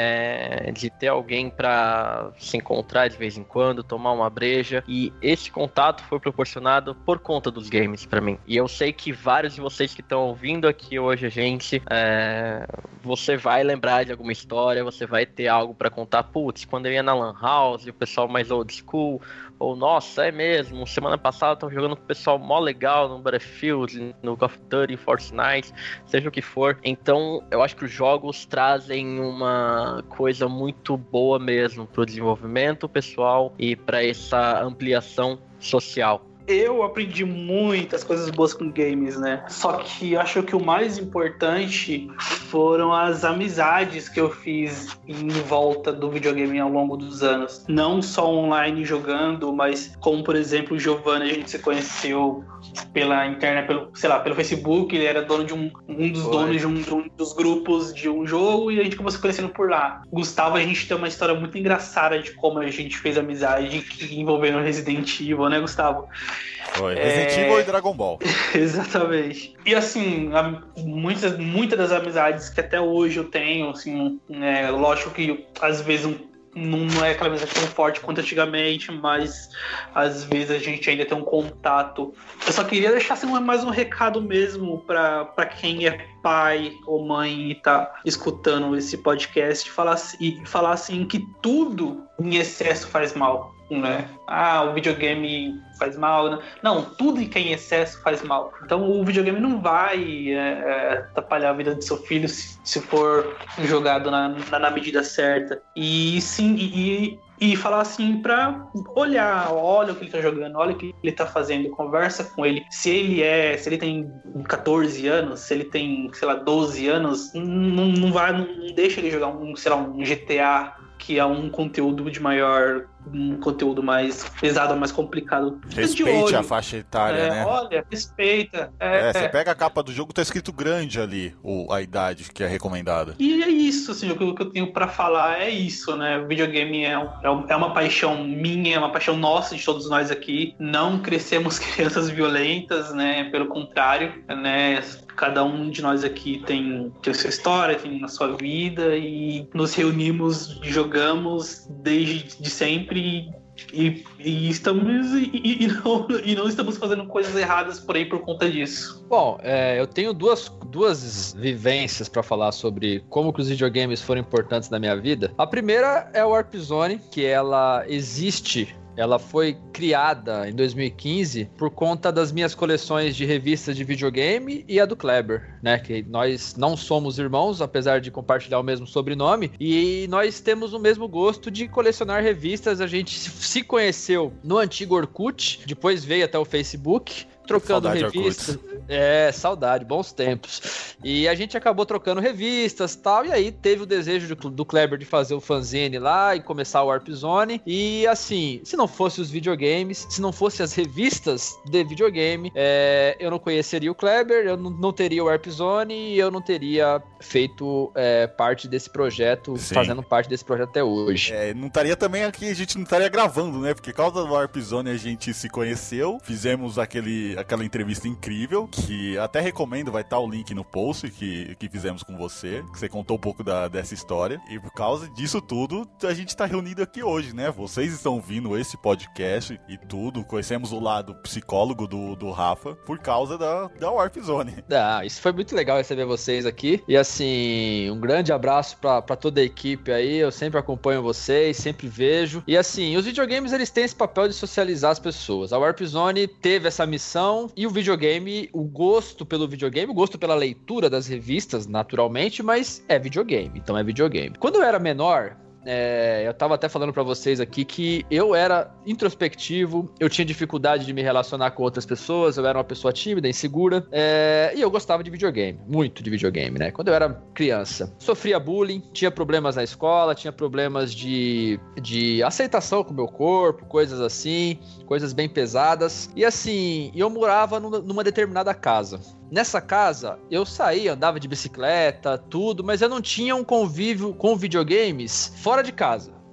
é, de ter alguém pra se encontrar de vez em quando, tomar uma breja. E esse contato foi proporcionado por conta dos games pra mim. E eu sei que vários de vocês que estão ouvindo aqui hoje a gente, é, você vai lembrar de alguma história, você vai ter algo pra contar. Putz, quando eu ia na Lan House, o pessoal mais old school, ou nossa, é mesmo, semana passada eu tava jogando com o pessoal mó legal no Battlefield, no Call of Duty, Fortnite, seja o que for. Então eu acho que os jogos trazem uma coisa muito boa mesmo pro desenvolvimento pessoal e para essa ampliação social. Eu aprendi muitas coisas boas com games, né? Só que acho que o mais importante foram as amizades que eu fiz em volta do videogame ao longo dos anos. Não só online jogando, mas como, por exemplo, o Giovanni, a gente se conheceu pela internet, pelo, sei lá, pelo Facebook. Ele era dono de um, um dos Foi. donos de um, de um dos grupos de um jogo e a gente acabou se conhecendo por lá. Gustavo, a gente tem uma história muito engraçada de como a gente fez amizade envolvendo Resident Evil, né, Gustavo? Foi, Resident Evil é... e Dragon Ball. Exatamente. E assim, muitas, muitas das amizades que até hoje eu tenho, assim, é, lógico que às vezes um, não é aquela amizade tão forte quanto antigamente, mas às vezes a gente ainda tem um contato. Eu só queria deixar assim, mais um recado mesmo para quem é pai ou mãe e tá escutando esse podcast, falar, e falar assim que tudo em excesso faz mal. Né? Ah, o videogame faz mal, né? Não, tudo que é em excesso faz mal. Então o videogame não vai é, é, atrapalhar a vida do seu filho se, se for jogado na, na, na medida certa. E sim, e, e falar assim pra olhar, olha o que ele tá jogando, olha o que ele tá fazendo, conversa com ele. Se ele é, se ele tem catorze anos, se ele tem, sei lá, doze anos, não, não vai, não deixa ele jogar um, sei lá, um G T A, que é um conteúdo de maior, um conteúdo mais pesado, mais complicado. Respeite a faixa etária, é, né? Olha, respeita. É, é, você pega a capa do jogo, tá escrito grande ali, o, a idade que é recomendada. E é isso, assim, o que, o que eu tenho pra falar é isso, né? O videogame é, um, é uma paixão minha, é uma paixão nossa, de todos nós aqui. Não crescemos crianças violentas, né? Pelo contrário, né? Cada um de nós aqui tem, tem a sua história, tem a sua vida e nos reunimos, jogamos desde de sempre e, e estamos e, e, não, e não estamos fazendo coisas erradas por aí por conta disso. Bom, é, eu tenho duas, duas vivências para falar sobre como que os videogames foram importantes na minha vida. A primeira é o Warp Zone, que ela existe. Ela foi criada em dois mil e quinze por conta das minhas coleções de revistas de videogame e a do Kleber, né? Que nós não somos irmãos, apesar de compartilhar o mesmo sobrenome, e nós temos o mesmo gosto de colecionar revistas. A gente se conheceu no antigo Orkut, depois veio até o Facebook, trocando revistas. É, saudade, bons tempos. E a gente acabou trocando revistas e tal, e aí teve o desejo do, do Kleber de fazer o fanzine lá e começar o Warp Zone. E assim, se não fosse os videogames, se não fosse as revistas de videogame, é, eu não conheceria o Kleber, eu não, não teria o Warp Zone e eu não teria feito é, parte desse projeto, Sim. fazendo parte desse projeto até hoje. É, não estaria também aqui, a gente não estaria gravando, né? Porque por causa do Warp Zone a gente se conheceu, fizemos aquele, aquela entrevista incrível, que até recomendo, vai estar o link no post que, que fizemos com você, que você contou um pouco da, dessa história, e por causa disso tudo, a gente está reunido aqui hoje, né? Vocês estão ouvindo esse podcast e tudo, conhecemos o lado psicólogo do, do Rafa por causa da, da Warp Zone. Ah, isso foi muito legal receber vocês aqui, e assim, um grande abraço para toda a equipe aí, eu sempre acompanho vocês, sempre vejo, e assim, os videogames eles têm esse papel de socializar as pessoas. A Warp Zone teve essa missão, e o videogame, o gosto pelo videogame, o gosto pela leitura das revistas, naturalmente, mas é videogame, então é videogame. Quando eu era menor, É, eu tava até falando pra vocês aqui que eu era introspectivo, eu tinha dificuldade de me relacionar com outras pessoas, eu era uma pessoa tímida, insegura, é, e eu gostava de videogame, muito de videogame, né? Quando eu era criança, sofria bullying, tinha problemas na escola, tinha problemas de, de aceitação com o meu corpo, coisas assim, coisas bem pesadas, e assim, eu morava numa, numa determinada casa. Nessa casa, eu saía, andava de bicicleta, tudo, mas eu não tinha um convívio com videogames fora de casa.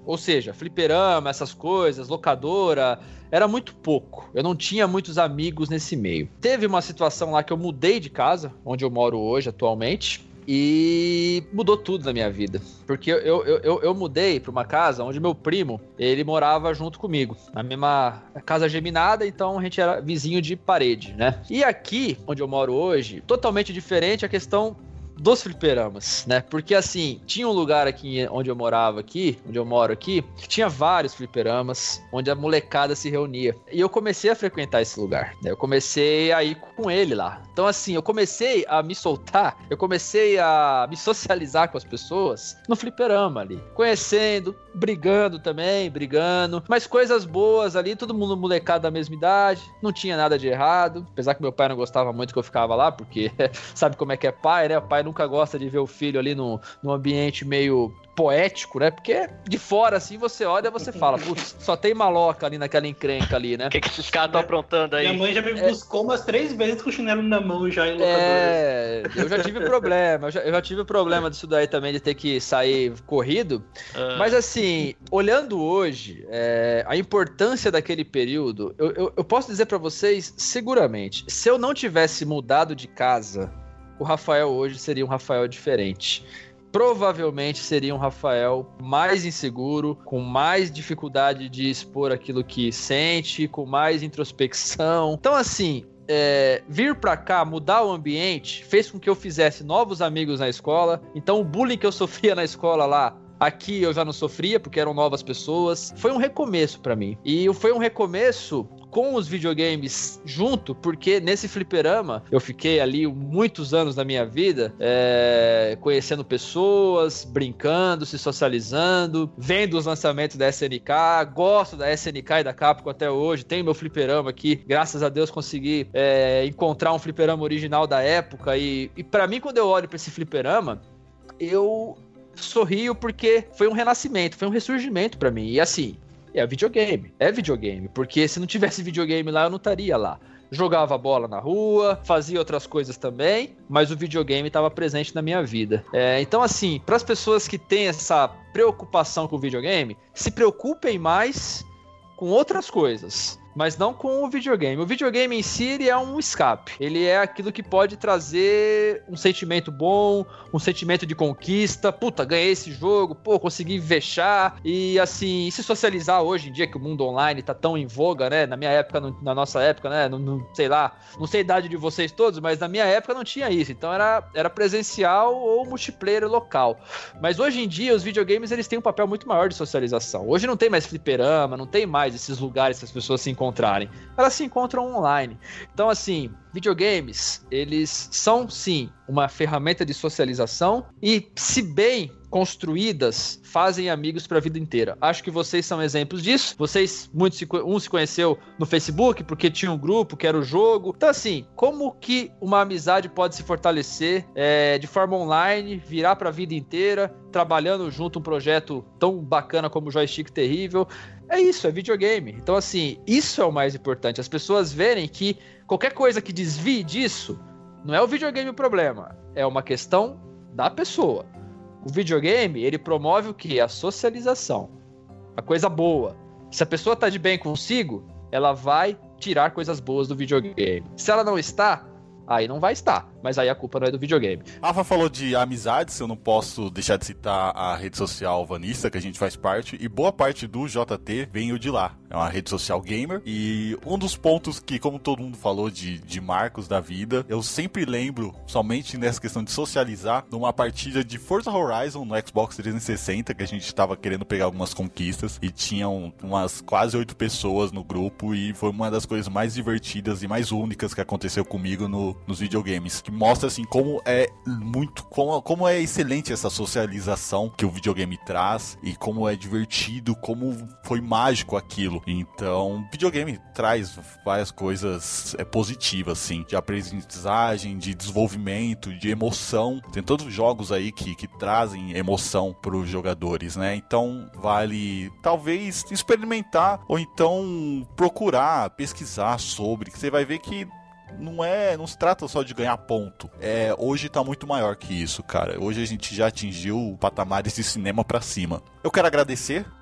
Ou seja, fliperama, essas coisas, locadora, era muito pouco. Eu não tinha muitos amigos nesse meio. Teve uma situação lá que eu mudei de casa, onde eu moro hoje atualmente, e mudou tudo na minha vida. Porque eu, eu, eu, eu mudei para uma casa onde meu primo, ele morava junto comigo. Na mesma casa geminada, então a gente era vizinho de parede, né? E aqui, onde eu moro hoje, totalmente diferente a questão dos fliperamas, né? Porque assim, tinha um lugar aqui onde eu morava aqui, onde eu moro aqui, que tinha vários fliperamas, onde a molecada se reunia. E eu comecei a frequentar esse lugar, né? Eu comecei a ir com ele lá. Então assim, eu comecei a me soltar, eu comecei a me socializar com as pessoas no fliperama ali, conhecendo, brigando também, brigando, mas coisas boas ali, todo mundo molecada da mesma idade, não tinha nada de errado, apesar que meu pai não gostava muito que eu ficava lá, porque sabe como é que é pai, né? O pai nunca gosta de ver o filho ali no, num ambiente meio poético, né? Porque de fora, assim, você olha e você fala, putz, só tem maloca ali naquela encrenca ali, né? O que, que esses caras estão aprontando aí? Minha mãe já me buscou é... umas três vezes com o chinelo na mão já em locadora. É, eu já tive problema, eu já, eu já tive problema disso daí também, de ter que sair corrido. Ah. Mas assim, olhando hoje, é, a importância daquele período, eu, eu, eu posso dizer pra vocês, seguramente, se eu não tivesse mudado de casa, o Rafael hoje seria um Rafael diferente. Provavelmente seria um Rafael mais inseguro, com mais dificuldade de expor aquilo que sente, com mais introspecção. Então, assim, é, vir pra cá, mudar o ambiente, fez com que eu fizesse novos amigos na escola. Então, o bullying que eu sofria na escola lá, aqui eu já não sofria, porque eram novas pessoas. Foi um recomeço pra mim. E foi um recomeço com os videogames junto, porque nesse fliperama eu fiquei ali muitos anos da minha vida é, conhecendo pessoas, brincando, se socializando, vendo os lançamentos da S N K, gosto da S N K e da Capcom até hoje, tenho meu fliperama aqui, graças a Deus consegui é, encontrar um fliperama original da época e, e pra mim, quando eu olho pra esse fliperama, eu sorrio porque foi um renascimento, foi um ressurgimento pra mim, e assim, é videogame, é videogame, porque se não tivesse videogame lá, eu não estaria lá. Jogava bola na rua, fazia outras coisas também, mas o videogame estava presente na minha vida. É, então, assim, para as pessoas que têm essa preocupação com o videogame, se preocupem mais com outras coisas, mas não com o videogame. O videogame em si, ele é um escape. Ele é aquilo que pode trazer um sentimento bom, um sentimento de conquista. Puta, ganhei esse jogo, pô, consegui vexar. E assim, se socializar hoje em dia, que o mundo online tá tão em voga, né? Na minha época, no, na nossa época, né? Não, não sei lá, não sei a idade de vocês todos, mas na minha época não tinha isso. Então era, era presencial ou multiplayer local. Mas hoje em dia, os videogames, eles têm um papel muito maior de socialização. Hoje não tem mais fliperama, não tem mais esses lugares que as pessoas se encontrarem. Elas se encontram online. Então, assim, videogames, eles são, sim, uma ferramenta de socialização e, se bem construídas, fazem amigos para a vida inteira. Acho que vocês são exemplos disso. Vocês, muitos se, um se conheceu no Facebook porque tinha um grupo que era o jogo. Então, assim, como que uma amizade pode se fortalecer é, de forma online, virar para a vida inteira, trabalhando junto um projeto tão bacana como o Joystick Terrível? É isso, é videogame. Então, assim, isso é o mais importante. As pessoas verem que qualquer coisa que desvie disso, não é o videogame o problema, é uma questão da pessoa. O videogame, ele promove o quê? A socialização. A coisa boa. Se a pessoa tá de bem consigo, ela vai tirar coisas boas do videogame. Se ela não está, aí não vai estar. Mas aí a culpa não é do videogame. Rafa falou de amizades, eu não posso deixar de citar a rede social Vanista, que a gente faz parte, e boa parte do J T veio de lá. É uma rede social gamer, e um dos pontos que, como todo mundo falou, de, de marcos da vida, eu sempre lembro, somente nessa questão de socializar, numa partida de Forza Horizon no Xbox trezentos e sessenta, que a gente estava querendo pegar algumas conquistas, e tinham umas quase oito pessoas no grupo, e foi uma das coisas mais divertidas e mais únicas que aconteceu comigo no, nos videogames, que mostra assim como é muito, como, como é excelente essa socialização que o videogame traz e como é divertido, como foi mágico aquilo. Então, videogame traz várias coisas é, positivas, assim, de aprendizagem, de desenvolvimento, de emoção. Tem todos os jogos aí que, que trazem emoção para os jogadores, né? Então, vale talvez experimentar ou então procurar, pesquisar sobre, que você vai ver que não é, não se trata só de ganhar ponto. É, hoje tá muito maior que isso, cara. Hoje a gente já atingiu patamares de cinema pra cima. Eu quero agradecer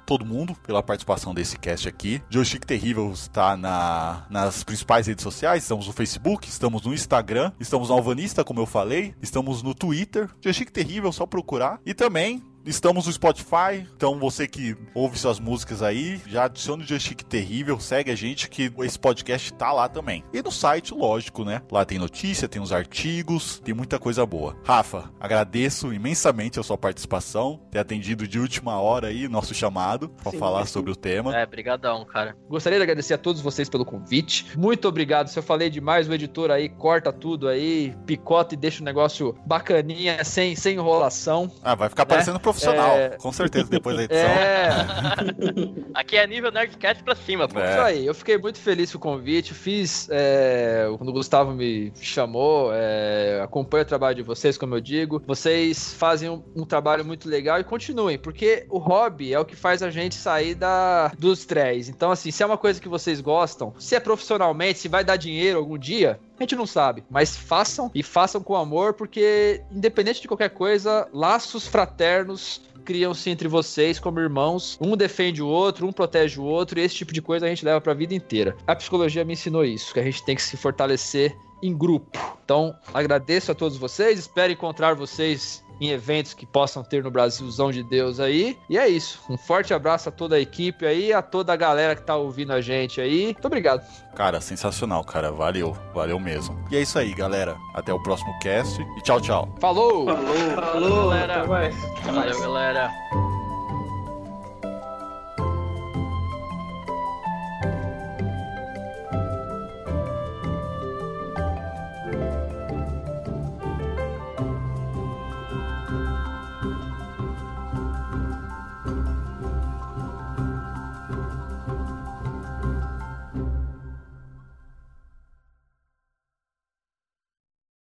todo mundo pela participação desse cast aqui. Joystick Terrível está na, nas principais redes sociais. Estamos no Facebook, estamos no Instagram, estamos no Alvanista, como eu falei, estamos no Twitter. Joystick Terrível, só procurar. E também estamos no Spotify, então você que ouve suas músicas aí, já adiciona o Joystick Terrível, segue a gente que esse podcast tá lá também. E no site, lógico, né? Lá tem notícia, tem os artigos, tem muita coisa boa. Rafa, agradeço imensamente a sua participação, ter atendido de última hora aí nosso chamado para falar sobre o tema. É, brigadão, cara. Gostaria de agradecer a todos vocês pelo convite. Muito obrigado. Se eu falei demais, o editor aí corta tudo aí, picota e deixa o negócio bacaninha, sem, sem enrolação. Ah, vai ficar parecendo né? profissional, é... com certeza, depois da edição. É. Aqui é nível Nerdcast pra cima, pô. É. Isso aí, eu fiquei muito feliz com o convite, fiz, é, quando o Gustavo me chamou, é, acompanho o trabalho de vocês, como eu digo, vocês fazem um, um trabalho muito legal e continuem, porque o hobby é o que faz a gente sair da, dos três. Então, assim, se é uma coisa que vocês gostam, se é profissionalmente, se vai dar dinheiro algum dia, a gente não sabe, mas façam e façam com amor, porque independente de qualquer coisa, laços fraternos criam-se entre vocês como irmãos, um defende o outro, um protege o outro, e esse tipo de coisa a gente leva pra vida inteira. A psicologia me ensinou isso, que a gente tem que se fortalecer em grupo. Então, agradeço a todos vocês, espero encontrar vocês em eventos que possam ter no Brasilzão de Deus aí. E é isso. Um forte abraço a toda a equipe aí, a toda a galera que tá ouvindo a gente aí. Muito obrigado. Cara, sensacional, cara. Valeu. Valeu mesmo. E é isso aí, galera. Até o próximo cast e tchau, tchau. Falou! Falou, falou, galera. Valeu, galera.